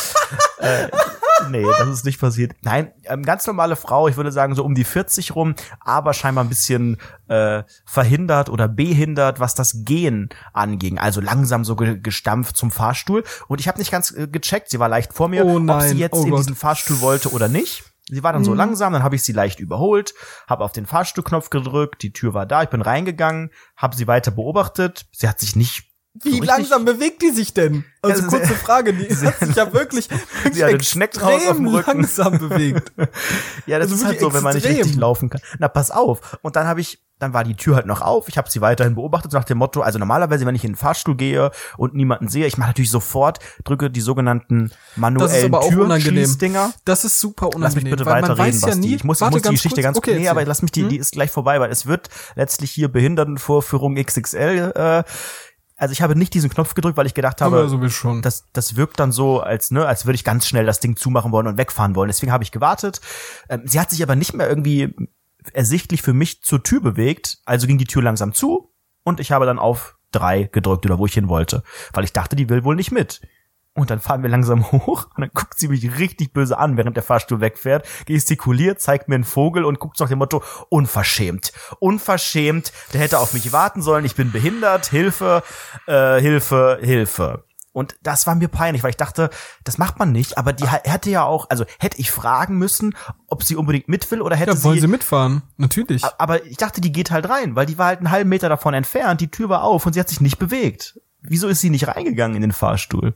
äh, nee, das ist nicht passiert. Nein, ähm, ganz normale Frau, ich würde sagen so um die vierzig rum, aber scheinbar ein bisschen äh, verhindert oder behindert, was das Gehen anging. Also langsam so ge gestampft zum Fahrstuhl. Und ich habe nicht ganz äh, gecheckt, sie war leicht vor mir, Oh ob nein, sie jetzt oh in Gott. diesen Fahrstuhl wollte oder nicht. Sie war dann so langsam, dann habe ich sie leicht überholt, habe auf den Fahrstuhlknopf gedrückt, die Tür war da, ich bin reingegangen, habe sie weiter beobachtet. Sie hat sich nicht Wie So langsam bewegt die sich denn? Also Ja, kurze sehr- Frage, die sehr- hat sich ja wirklich, wirklich Sie hat einen Schneckenhaus auf dem extrem Rücken. langsam bewegt. Ja, das Also ist halt wirklich so, wenn man nicht extrem. richtig laufen kann. Na, pass auf. Und dann habe ich, dann war die Tür halt noch auf. Ich habe sie weiterhin beobachtet nach dem Motto, also normalerweise, wenn ich in den Fahrstuhl gehe und niemanden sehe, ich mache natürlich sofort, drücke die sogenannten Das ist manuellen aber auch unangenehm. Türschließdinger. Das ist super unangenehm. Lass mich bitte weil man weiterreden, weiß ja Basti. nie, ich muss, ich warte, muss die ganz Geschichte kurz. ganz okay, kurz, nee, erzähl. aber lass mich, die, Hm? die ist gleich vorbei, weil es wird letztlich hier Behindertenvorführung X X L, äh, also ich habe nicht diesen Knopf gedrückt, weil ich gedacht habe, Aber sowieso schon. das, das wirkt dann so, als, ne, als würde ich ganz schnell das Ding zumachen wollen und wegfahren wollen. Deswegen habe ich gewartet. Ähm, sie hat sich aber nicht mehr irgendwie ersichtlich für mich zur Tür bewegt. Also ging die Tür langsam zu und ich habe dann auf drei gedrückt oder wo ich hin wollte. Weil ich dachte, die will wohl nicht mit. Und dann fahren wir langsam hoch und dann guckt sie mich richtig böse an, während der Fahrstuhl wegfährt, gestikuliert, zeigt mir einen Vogel und guckt nach dem Motto, unverschämt, unverschämt, der hätte auf mich warten sollen, ich bin behindert, Hilfe, äh, Hilfe, Hilfe. Und das war mir peinlich, weil ich dachte, das macht man nicht, aber die hätte ja auch, also hätte ich fragen müssen, ob sie unbedingt mit will oder hätte Ja, wollen sie, sie mitfahren? Natürlich. aber ich dachte, die geht halt rein, weil die war halt einen halben Meter davon entfernt, die Tür war auf und sie hat sich nicht bewegt. Wieso ist sie nicht reingegangen in den Fahrstuhl?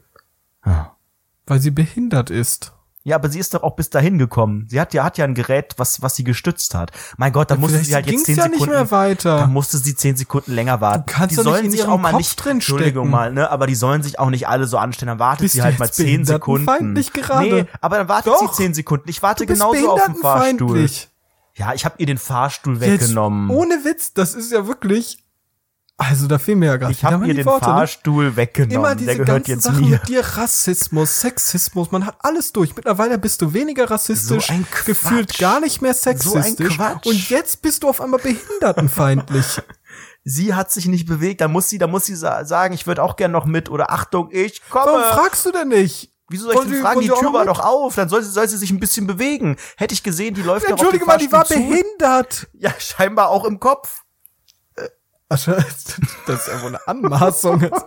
Weil sie behindert ist. Ja, aber sie ist doch auch bis dahin gekommen. Sie hat ja, hat ja ein Gerät, was, was sie gestützt hat. Mein Gott, da musste Vielleicht sie halt jetzt ging's zehn ja Sekunden. nicht mehr weiter. Da musste sie zehn Sekunden länger warten. Du kannst die doch nicht sollen in sich ihrem auch mal Kopf nicht, drin Entschuldigung stecken. mal, ne, aber die sollen sich auch nicht alle so anstellen. Dann wartet Bist sie du halt mal jetzt zehn Sekunden. behindertenfeindlich gerade? Nee, aber dann wartet Doch. sie zehn Sekunden. Ich warte Du bist genauso auf den Fahrstuhl. behindertenfeindlich. Ja, ich habe ihr den Fahrstuhl Jetzt, weggenommen. ohne Witz, das ist ja wirklich, also da fehlen mir ja gerade ich habe ihr den Worte, ne? Fahrstuhl weggenommen. Immer Der diese gehört ganzen jetzt Sachen mir. mit dir, Rassismus, Sexismus, man hat alles durch. Mittlerweile bist du weniger rassistisch, So ein Quatsch. gefühlt gar nicht mehr sexistisch. So ein Quatsch. Und jetzt bist du auf einmal behindertenfeindlich. Sie hat sich nicht bewegt, da muss sie, da muss sie sa- sagen, ich würde auch gern noch mit oder Achtung, ich komme. Warum fragst du denn nicht? Wieso soll ich Wollen denn Sie- fragen? wollen Die Sie auch Tür noch war mit? doch auf, dann soll sie, soll sie sich ein bisschen bewegen. Hätte ich gesehen, die läuft Entschuldige doch auf mal, den die war Fahrstuhl zu. behindert. Ja, scheinbar auch im Kopf. Ach, das ist ja wohl eine Anmaßung. Wollen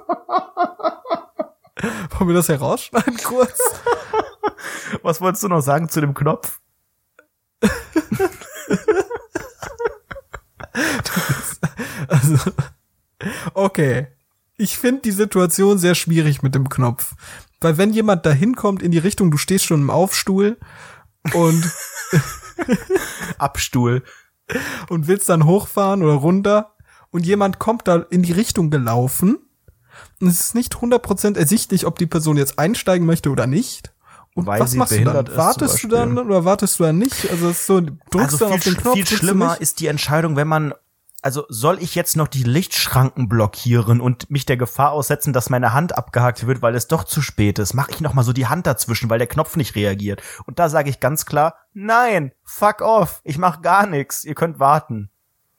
wir das herausschneiden kurz? Was wolltest du noch sagen zu dem Knopf? Also, okay. Ich finde die Situation sehr schwierig mit dem Knopf. Weil wenn jemand da hinkommt in die Richtung, du stehst schon im Aufstuhl und, Abstuhl. und willst dann hochfahren oder runter und jemand kommt da in die Richtung gelaufen und es ist nicht hundert Prozent ersichtlich, ob die Person jetzt einsteigen möchte oder nicht. Und Weil was sie machst du dann? behindert ist, Wartest zum du dann Beispiel. oder wartest du dann nicht? Also es ist so, du drückst Also dann viel, auf den Knopf. viel drückst du schlimmer nicht. ist die Entscheidung, wenn man, also soll ich jetzt noch die Lichtschranken blockieren und mich der Gefahr aussetzen, dass meine Hand abgehakt wird, weil es doch zu spät ist? Mache ich noch mal so die Hand dazwischen, weil der Knopf nicht reagiert? Und da sage ich ganz klar, nein, fuck off, ich mach gar nichts, ihr könnt warten.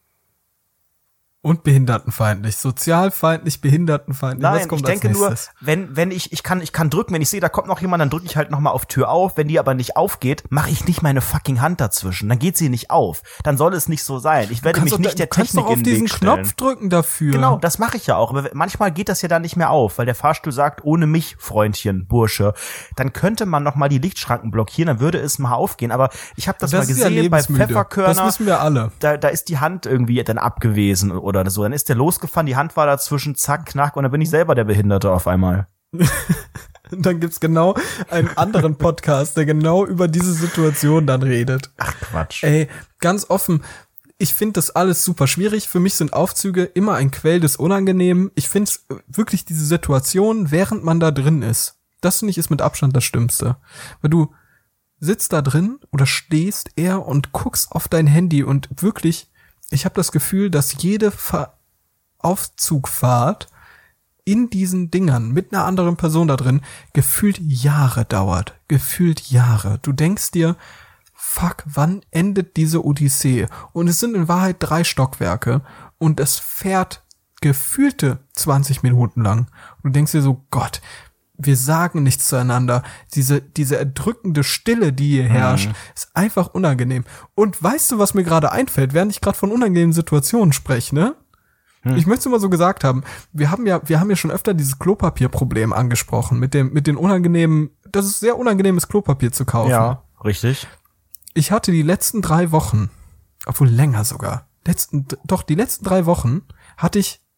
Und behindertenfeindlich, sozialfeindlich, behindertenfeindlich. Was Nein, kommt ich denke als nur, nächstes? wenn wenn ich ich kann ich kann drücken, wenn ich sehe, da kommt noch jemand, dann drücke ich halt noch mal auf Tür auf. Wenn die aber nicht aufgeht, mache ich nicht meine fucking Hand dazwischen. Dann geht sie nicht auf. Dann soll es nicht so sein. Ich werde mich doch, nicht der du kannst Technik doch auf in den diesen Weg stellen. Knopf drücken dafür. Genau, das mache ich ja auch. Aber manchmal geht das ja dann nicht mehr auf, weil der Fahrstuhl sagt, ohne mich, Freundchen, Bursche. Dann könnte man noch mal die Lichtschranken blockieren, dann würde es mal aufgehen. Aber ich habe das, Das mal ist ja gesehen bei lebensmüde. Pfefferkörner. Das wissen wir alle. Da, da ist die Hand irgendwie dann abgewesen oder so. Dann ist der losgefahren, die Hand war dazwischen, zack, knack, und dann bin ich selber der Behinderte auf einmal. Und dann gibt's genau einen anderen Podcast, der genau über diese Situation dann redet. Ach Quatsch. Ey, ganz offen, ich finde das alles super schwierig. Für mich sind Aufzüge immer ein Quell des Unangenehmen. Ich finde wirklich diese Situation, während man da drin ist, das finde ich ist mit Abstand das Schlimmste. Weil du sitzt da drin oder stehst eher und guckst auf dein Handy und wirklich, ich habe das Gefühl, dass jede Ver- Aufzugfahrt in diesen Dingern mit einer anderen Person da drin gefühlt Jahre dauert. Gefühlt Jahre. Du denkst dir, fuck, wann endet diese Odyssee? Und es sind in Wahrheit drei Stockwerke und es fährt gefühlte zwanzig Minuten lang. Und du denkst dir so, Gott, wir sagen nichts zueinander. Diese, diese erdrückende Stille, die hier herrscht, Mhm. ist einfach unangenehm. Und weißt du, was mir gerade einfällt, während ich gerade von unangenehmen Situationen spreche, ne? Hm. Ich möchte es mal so gesagt haben, wir haben ja, wir haben ja schon öfter dieses Klopapierproblem angesprochen, mit dem, mit den unangenehmen, das ist sehr unangenehmes Klopapier zu kaufen. Ja, richtig. Ich hatte die letzten drei Wochen, obwohl länger sogar, letzten, doch die letzten drei Wochen hatte ich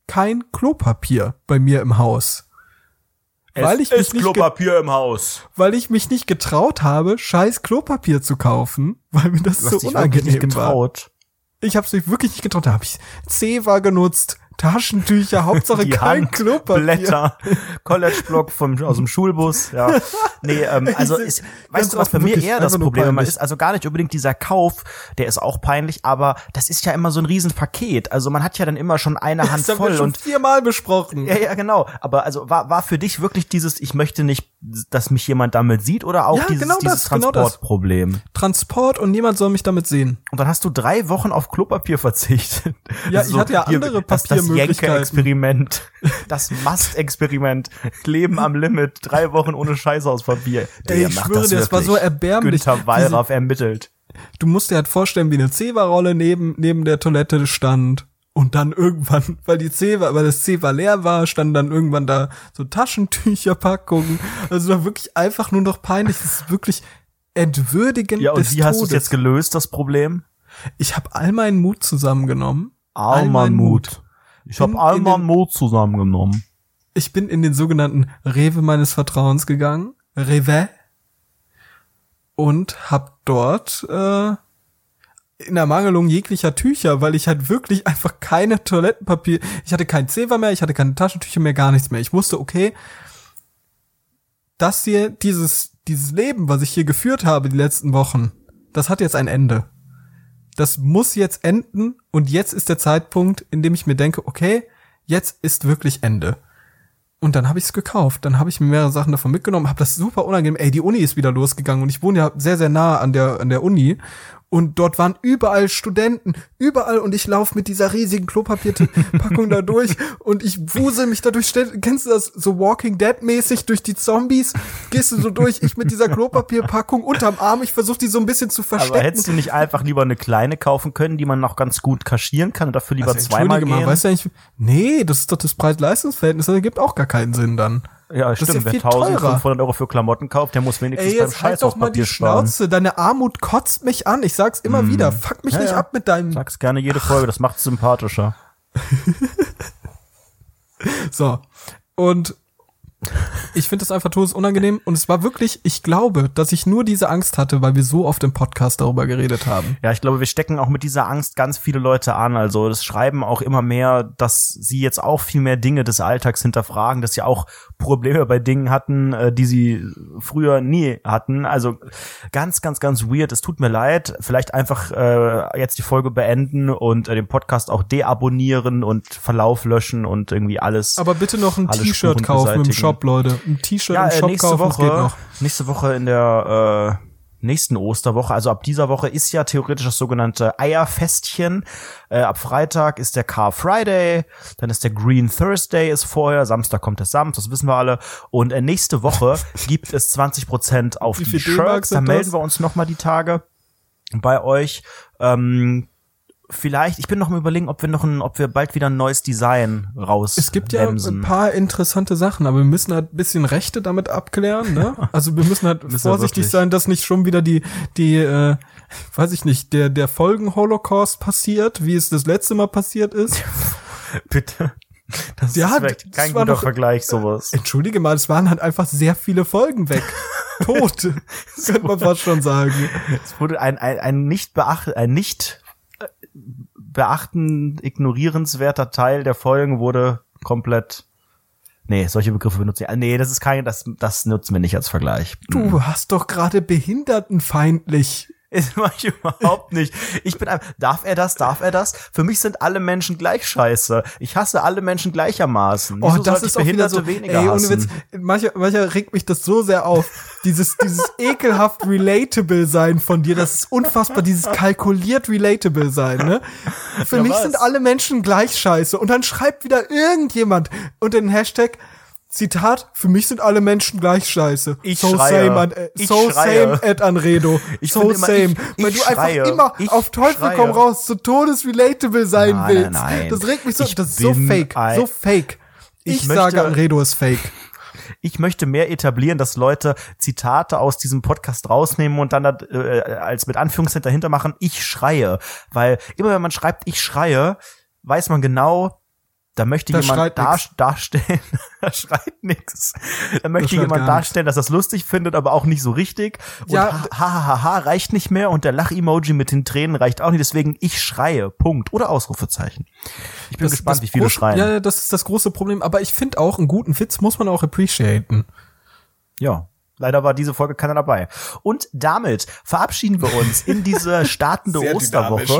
kein Klopapier bei mir im Haus. Es weil ich ist mich nicht Klopapier im Haus. Weil ich mich nicht getraut habe, scheiß Klopapier zu kaufen, weil mir das Du hast so dich unangenehm wirklich nicht war. getraut. Ich habe es mich wirklich nicht getraut. Da habe ich Zewa genutzt, Taschentücher, Hauptsache Die kein Hand, Klopapier. Blätter, College-Block vom, aus dem Schulbus, ja. Nee, ähm, also, ist, weißt du, was bei mir eher das Problem immer ist? Also gar nicht unbedingt dieser Kauf, der ist auch peinlich, aber das ist ja immer so ein Riesenpaket. Also man hat ja dann immer schon eine Hand das voll. Das haben wir schon und viermal besprochen. Ja, ja, genau. Aber also war, war für dich wirklich dieses, ich möchte nicht, dass mich jemand damit sieht oder auch Ja, dieses, genau dieses das, genau das. Transportproblem? Transport und niemand soll mich damit sehen. Und dann hast du drei Wochen auf Klopapier verzichtet. Ja, Also ich hatte ja hier, andere das, das Papiermöglichkeiten. Jenke-Experiment, das Mast-Experiment, Leben am Limit, drei Wochen ohne Scheiße aus Papier. Ey, Der ich macht schwöre das dir, das war wirklich. so erbärmlich. Günther Wallraff ermittelt. Du musst dir halt vorstellen, wie eine Zewa-Rolle neben, neben der Toilette stand. Und dann irgendwann, weil die Zewa, weil das Zewa leer war, standen dann irgendwann da so Taschentücherpackungen. Also da wirklich einfach nur noch peinlich. Das ist wirklich entwürdigend Ja, und des wie hast du Todes. es jetzt gelöst, das Problem? Ich habe all meinen Mut zusammengenommen. All All mein mein Mut. Ich Bin habe all in meinen den- Mut zusammengenommen. Ich bin in den sogenannten Rewe meines Vertrauens gegangen. Rewe. Und hab dort äh, in Ermangelung jeglicher Tücher, weil ich halt wirklich einfach keine Toilettenpapier, ich hatte kein Zewa mehr, ich hatte keine Taschentücher mehr, gar nichts mehr. Ich wusste, okay, das hier, dieses, dieses Leben, was ich hier geführt habe die letzten Wochen, das hat jetzt ein Ende. Das muss jetzt enden und jetzt ist der Zeitpunkt, in dem ich mir denke, okay, jetzt ist wirklich Ende. Und dann habe ich es gekauft. Dann habe ich mir mehrere Sachen davon mitgenommen, habe das super unangenehm. Ey, die Uni ist wieder losgegangen und ich wohne ja sehr, sehr nah an der an der Uni. Und dort waren überall Studenten, überall. Und ich laufe mit dieser riesigen Klopapierpackung da durch und ich wusel mich dadurch. Kennst du das so Walking Dead mäßig durch die Zombies? Gehst du so durch, ich mit dieser Klopapierpackung unterm Arm. Ich versuche die so ein bisschen zu verstecken. Aber hättest du nicht einfach lieber eine kleine kaufen können, die man noch ganz gut kaschieren kann und dafür lieber Also, zweimal entschuldige gehen? mal, weißt du eigentlich, nee, das ist doch das Preis-Leistungs-Verhältnis, das ergibt auch gar keinen Sinn dann. Ja, Das ist stimmt. ja viel Wer teurer. eintausendfünfhundert Euro für Klamotten kauft, der muss wenigstens Ey, beim jetzt halt Scheiß doch auf mal die Papier sparen. Schnauze. Deine Armut kotzt mich an. Ich sag's immer Mm. wieder. Fuck mich Ja, nicht ja. ab mit deinem... Sag's gerne jede Folge, das macht's sympathischer. So. Und ich finde das einfach todesunangenehm. Und es war wirklich, ich glaube, dass ich nur diese Angst hatte, weil wir so oft im Podcast darüber geredet haben. Ja, ich glaube, wir stecken auch mit dieser Angst ganz viele Leute an. Also das schreiben auch immer mehr, dass sie jetzt auch viel mehr Dinge des Alltags hinterfragen, dass sie auch Probleme bei Dingen hatten, äh, die sie früher nie hatten. Also ganz, ganz, ganz weird. Es tut mir leid. Vielleicht einfach äh, jetzt die Folge beenden und äh, den Podcast auch deabonnieren und Verlauf löschen und irgendwie alles. Aber bitte noch ein Alle T-Shirt Spuren kaufen im beseitigen. Shop, Leute. Ein T-Shirt Ja, im äh, Shop nächste kaufen, das geht Woche, noch. nächste Woche in der äh, nächsten Osterwoche, also ab dieser Woche ist ja theoretisch das sogenannte Eierfestchen. Äh, ab Freitag ist der Car Friday, dann ist der Green Thursday ist vorher, Samstag kommt der Samstag, das wissen wir alle. Und äh, nächste Woche gibt es zwanzig Prozent auf Wie die viel D-Mark Shirts. Da sind melden das? wir uns nochmal die Tage bei euch. Ähm, Vielleicht, ich bin noch am Überlegen, ob wir noch ein, ob wir bald wieder ein neues Design raus. Es gibt ja bremsen. ein paar interessante Sachen, aber wir müssen halt ein bisschen Rechte damit abklären, ne? Also wir müssen halt Müssen wir vorsichtig wirklich. sein, dass nicht schon wieder die, die, äh, weiß ich nicht, der, der Folgen-Holocaust passiert, wie es das letzte Mal passiert ist. Bitte. Das Ja, ist vielleicht kein das war guter doch- Vergleich, sowas. Entschuldige mal, es waren halt einfach sehr viele Folgen weg. Tot. Könnte man fast schon sagen. Es wurde ein, ein, ein nicht beacht, ein nicht äh, beachten, ignorierenswerter Teil der Folgen wurde komplett, nee, solche Begriffe benutzen. Ja, nee, das ist kein, das, das nutzen wir nicht als Vergleich. Du hast doch gerade behindertenfeindlich. Das mach ich überhaupt nicht. Ich bin ein, darf er das? Darf er das? Für mich sind alle Menschen gleich scheiße. Ich hasse alle Menschen gleichermaßen. Oh, Wieso das sollte ist ich auch wieder Behinderte so, weniger ey, ohne hassen? Witz, mancher, mancher regt mich das so sehr auf. Dieses, dieses ekelhaft relatable sein von dir, das ist unfassbar, dieses kalkuliert relatable sein, ne? Für Ja, mich was? sind alle Menschen gleich scheiße. Und dann schreibt wieder irgendjemand unter den Hashtag, Zitat, für mich sind alle Menschen gleich scheiße. Ich so schreie. same, an, äh, Ich so schreie. same at Anredo. Ich so bin immer- same. ich- ich Weil du schreie. einfach immer Ich auf Teufel schreie. komm raus, so todesrelatable sein Nein, willst. nein, nein. Das regt mich so, Ich das ist so bin fake, ein- so fake. Ich, Ich sage, möchte- Anredo ist fake. Ich möchte mehr etablieren, dass Leute Zitate aus diesem Podcast rausnehmen und dann das, äh, als mit Anführungszeichen dahinter machen, ich schreie. Weil immer wenn man schreibt, ich schreie, weiß man genau, Da möchte Da jemand schreit dar nix. darstellen, da schreit nix. Da möchte schreit jemand gar nix. darstellen, dass das lustig findet, aber auch nicht so richtig. Und Ja, ha, ha, ha, ha reicht nicht mehr und der Lach-Emoji mit den Tränen reicht auch nicht. Deswegen ich schreie. Punkt. Oder Ausrufezeichen. Ich bin Das- gespannt, das wie viele große- schreien. Ja, das ist das große Problem. Aber ich finde auch, einen guten Witz muss man auch appreciaten. Ja. Leider war diese Folge keiner dabei. Und damit verabschieden wir uns in diese startende Sehr Osterwoche.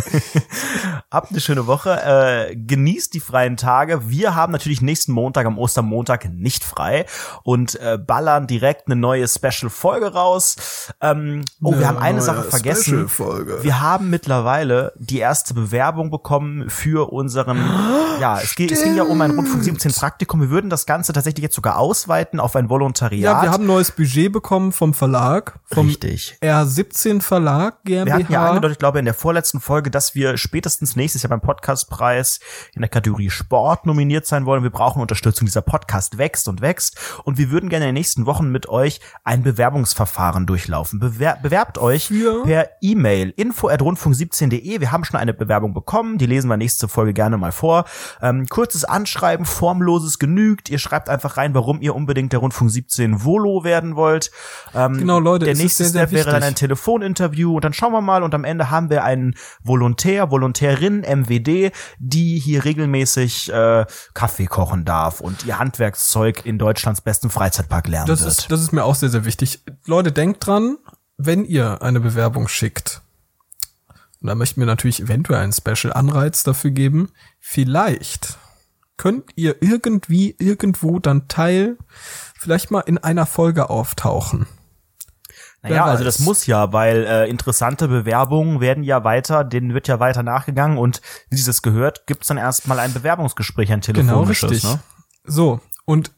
Habt eine schöne Woche. Äh, genießt die freien Tage. Wir haben natürlich nächsten Montag, am Ostermontag, nicht frei und äh, ballern direkt eine neue Special-Folge raus. Ähm, oh, wir haben eine Sache vergessen. Wir haben mittlerweile die erste Bewerbung bekommen für unseren, ja, es, geht, es ging ja um ein Rundfunk siebzehn Praktikum. Wir würden das Ganze tatsächlich jetzt sogar ausweiten auf ein Volontariat. Ja, wir haben neues Budget bekommen vom Verlag, vom Richtig. R siebzehn Verlag Wir GmbH. hatten ja angedeutet, ich glaube, in der vorletzten Folge, dass wir spätestens nächstes Jahr beim Podcastpreis in der Kategorie Sport nominiert sein wollen. Wir brauchen Unterstützung. Dieser Podcast wächst und wächst. Und wir würden gerne in den nächsten Wochen mit euch ein Bewerbungsverfahren durchlaufen. Bewer bewerbt euch Für? per E-Mail info at rundfunk siebzehn punkt de. Wir haben schon eine Bewerbung bekommen. Die lesen wir nächste Folge gerne mal vor. Ähm, kurzes Anschreiben, formloses genügt. Ihr schreibt einfach rein, warum ihr unbedingt der Rundfunk siebzehn Volo werden wollt. Ähm, Genau, Leute, der es ist nächste sehr, sehr Step wäre dann wichtig. ein Telefoninterview und dann schauen wir mal und am Ende haben wir einen Volontär, Volontärin, M W D, die hier regelmäßig äh, Kaffee kochen darf und ihr Handwerkszeug in Deutschlands besten Freizeitpark lernen Das wird. ist, das ist mir auch sehr, sehr wichtig. Leute, denkt dran, wenn ihr eine Bewerbung schickt, und da möchten wir natürlich eventuell einen Special-Anreiz dafür geben, vielleicht könnt ihr irgendwie, irgendwo dann Teil, vielleicht mal in einer Folge auftauchen. Naja, Wer also weiß. das muss ja, weil äh, interessante Bewerbungen werden ja weiter, denen wird ja weiter nachgegangen und wie sich das gehört, gibt's dann erstmal ein Bewerbungsgespräch, ein Genau, telefonisches. richtig. Ne? So, und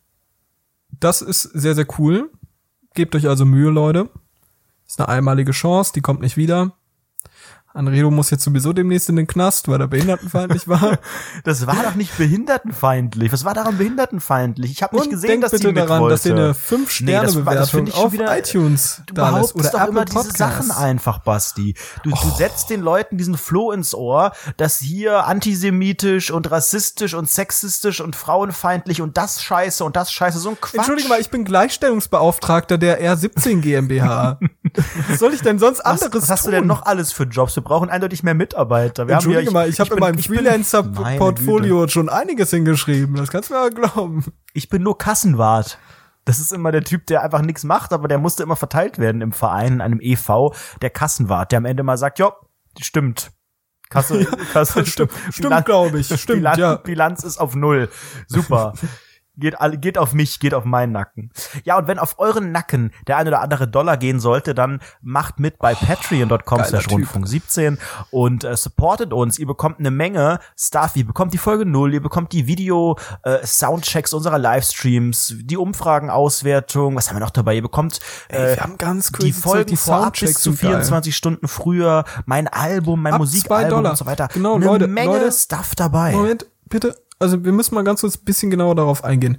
das ist sehr, sehr cool. Gebt euch also Mühe, Leute. Ist eine einmalige Chance, die kommt nicht wieder. Anredo muss jetzt sowieso demnächst in den Knast, weil er behindertenfeindlich war. Das war doch nicht behindertenfeindlich. Was war daran behindertenfeindlich? Ich habe nicht Und gesehen, denkt dass bitte die mit daran, wollte. dass ihr eine Nee, das- das fünf-Sterne-Bewertung finde ich schon auf wieder- iTunes Du da lässt behauptest oder doch Apple immer diese Podcasts. Sachen einfach, Basti. Du, du setzt den Leuten diesen Floh ins Ohr, dass hier antisemitisch und rassistisch und sexistisch und frauenfeindlich und das Scheiße und das Scheiße, so ein Quatsch. Entschuldige mal, ich bin Gleichstellungsbeauftragter der R siebzehn GmbH. Was soll ich denn sonst was, anderes was hast tun? du denn noch alles für Jobs? Wir brauchen eindeutig mehr Mitarbeiter. Wir Entschuldige haben mal, ich habe in bin- meinem ich bin- Freelancer-Portfolio schon einiges hingeschrieben. Das kannst du mir ja glauben. Ich bin nur Kassenwart. Das ist immer der Typ, der einfach nichts macht, aber der musste immer verteilt werden im Verein, in einem E V, der Kassenwart, der am Ende mal sagt, ja, stimmt. Kasse, Kasse, Stimmt, Bilanz- stimmt, glaube ich. Stimmt, Bilanz, ja. Bilanz ist auf Null. Super. Geht, alle- geht auf mich, geht auf meinen Nacken. Ja, und wenn auf euren Nacken der ein oder andere Dollar gehen sollte, dann macht mit bei patreon dot com Geiler slash Typ. rundfunk siebzehn und äh, supportet uns. Ihr bekommt eine Menge Stuff. Ihr bekommt die Folge null, ihr bekommt die Video-Soundchecks unserer Livestreams, die Umfragenauswertung. Was haben wir noch dabei? Ihr bekommt Ey, äh, wir haben ganz die crazy Zeug, Folgen die vorab bis Soundchecks zu sind geil. vierundzwanzig Stunden früher, mein Album, mein Ab zwei Musikalbum Dollar. und so weiter. Genau, eine Leute, Menge Leute, Stuff dabei. Moment, bitte. Also wir müssen mal ganz kurz ein bisschen genauer darauf eingehen.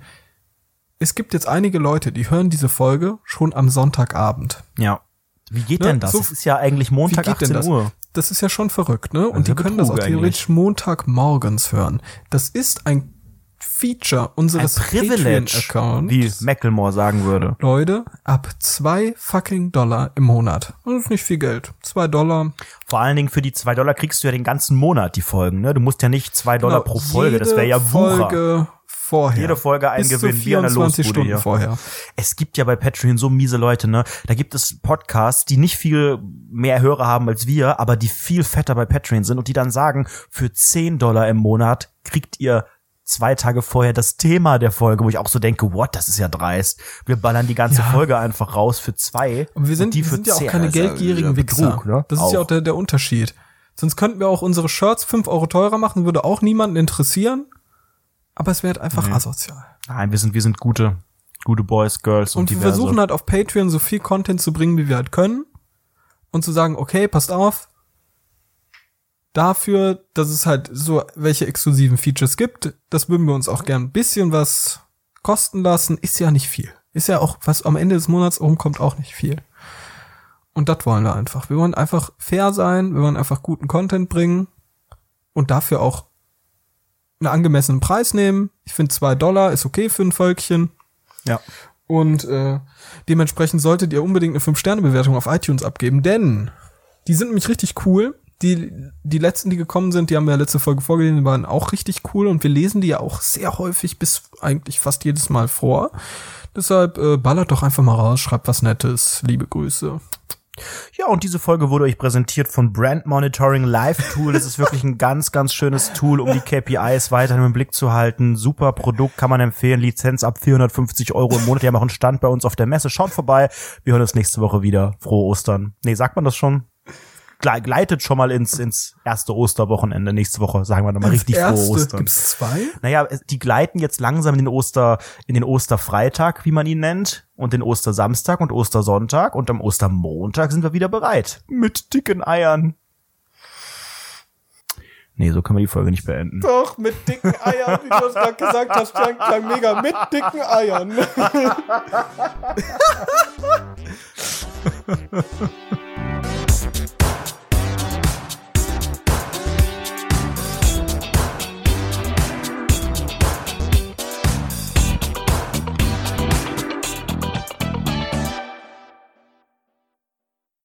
Es gibt jetzt einige Leute, die hören diese Folge schon am Sonntagabend. Ja. Wie geht Ne, denn das? so- Es ist ja eigentlich Montag Wie geht denn achtzehn das? Uhr. Das ist ja schon verrückt, ne? Und ja die können das auch Betrug theoretisch Montagmorgens hören. Das ist ein Feature Ein unseres Privilege, Patreon-Accounts. wie Macklemore sagen würde. Leute, ab zwei fucking Dollar im Monat. Das ist nicht viel Geld. Zwei Dollar. Vor allen Dingen für die zwei Dollar kriegst du ja den ganzen Monat die Folgen. Ne? Du musst ja nicht zwei Dollar Genau, pro Folge, das wäre ja jede Wucher. Folge vorher. Jede Folge ein Bis zu Gewinn, wie an der vierundzwanzig Losbude Stunden hier. vorher. Es gibt ja bei Patreon so miese Leute, ne? Da gibt es Podcasts, die nicht viel mehr Hörer haben als wir, aber die viel fetter bei Patreon sind und die dann sagen, für zehn Dollar im Monat kriegt ihr zwei Tage vorher das Thema der Folge, wo ich auch so denke, what, das ist ja dreist. Wir ballern die ganze Ja. Folge einfach raus für zwei. Aber wir sind, und die wir für sind ja auch zehn. keine Das ist ja geldgierigen wieder Wichser. Betrug, ne? Das ist ja Auch. auch der, der Unterschied. Sonst könnten wir auch unsere Shirts fünf Euro teurer machen, würde auch niemanden interessieren. Aber es wäre halt einfach Nee. asozial. Nein, wir sind, wir sind gute, gute Boys, Girls und, Und wir diverse. versuchen halt auf Patreon so viel Content zu bringen, wie wir halt können. Und zu sagen, okay, passt auf. Dafür, dass es halt so welche exklusiven Features gibt, das würden wir uns auch gern ein bisschen was kosten lassen. Ist ja nicht viel. Ist ja auch, was am Ende des Monats rumkommt, auch nicht viel. Und das wollen wir einfach. Wir wollen einfach fair sein, wir wollen einfach guten Content bringen und dafür auch einen angemessenen Preis nehmen. Ich finde zwei Dollar ist okay für ein Völkchen. Ja. Und äh, dementsprechend solltet ihr unbedingt eine fünf Sterne Bewertung auf iTunes abgeben, denn die sind nämlich richtig cool. Die, die letzten, die gekommen sind, die haben wir ja letzte Folge vorgelesen, die waren auch richtig cool und wir lesen die ja auch sehr häufig bis eigentlich fast jedes Mal vor. Deshalb äh, ballert doch einfach mal raus, schreibt was Nettes. Liebe Grüße. Ja, und diese Folge wurde euch präsentiert von Brand Monitoring Live Tool. Das ist wirklich ein ganz, ganz schönes Tool, um die K P Is weiterhin im Blick zu halten. Super Produkt, kann man empfehlen. Lizenz ab vierhundertfünfzig Euro im Monat. Die haben auch einen Stand bei uns auf der Messe. Schaut vorbei. Wir hören uns nächste Woche wieder. Frohe Ostern. Nee, sagt man das schon? Gleitet schon mal ins ins erste Osterwochenende. Nächste Woche sagen wir nochmal richtig erste. Frohe Ostern. Gibt's zwei? Naja, die gleiten jetzt langsam in den Oster, in den Osterfreitag, wie man ihn nennt, und den Ostersamstag und Ostersonntag, und am Ostermontag sind wir wieder bereit. Mit dicken Eiern. Nee, so können wir die Folge nicht beenden. Doch, mit dicken Eiern, wie du es gerade gesagt hast, klang, klang mega, mit dicken Eiern.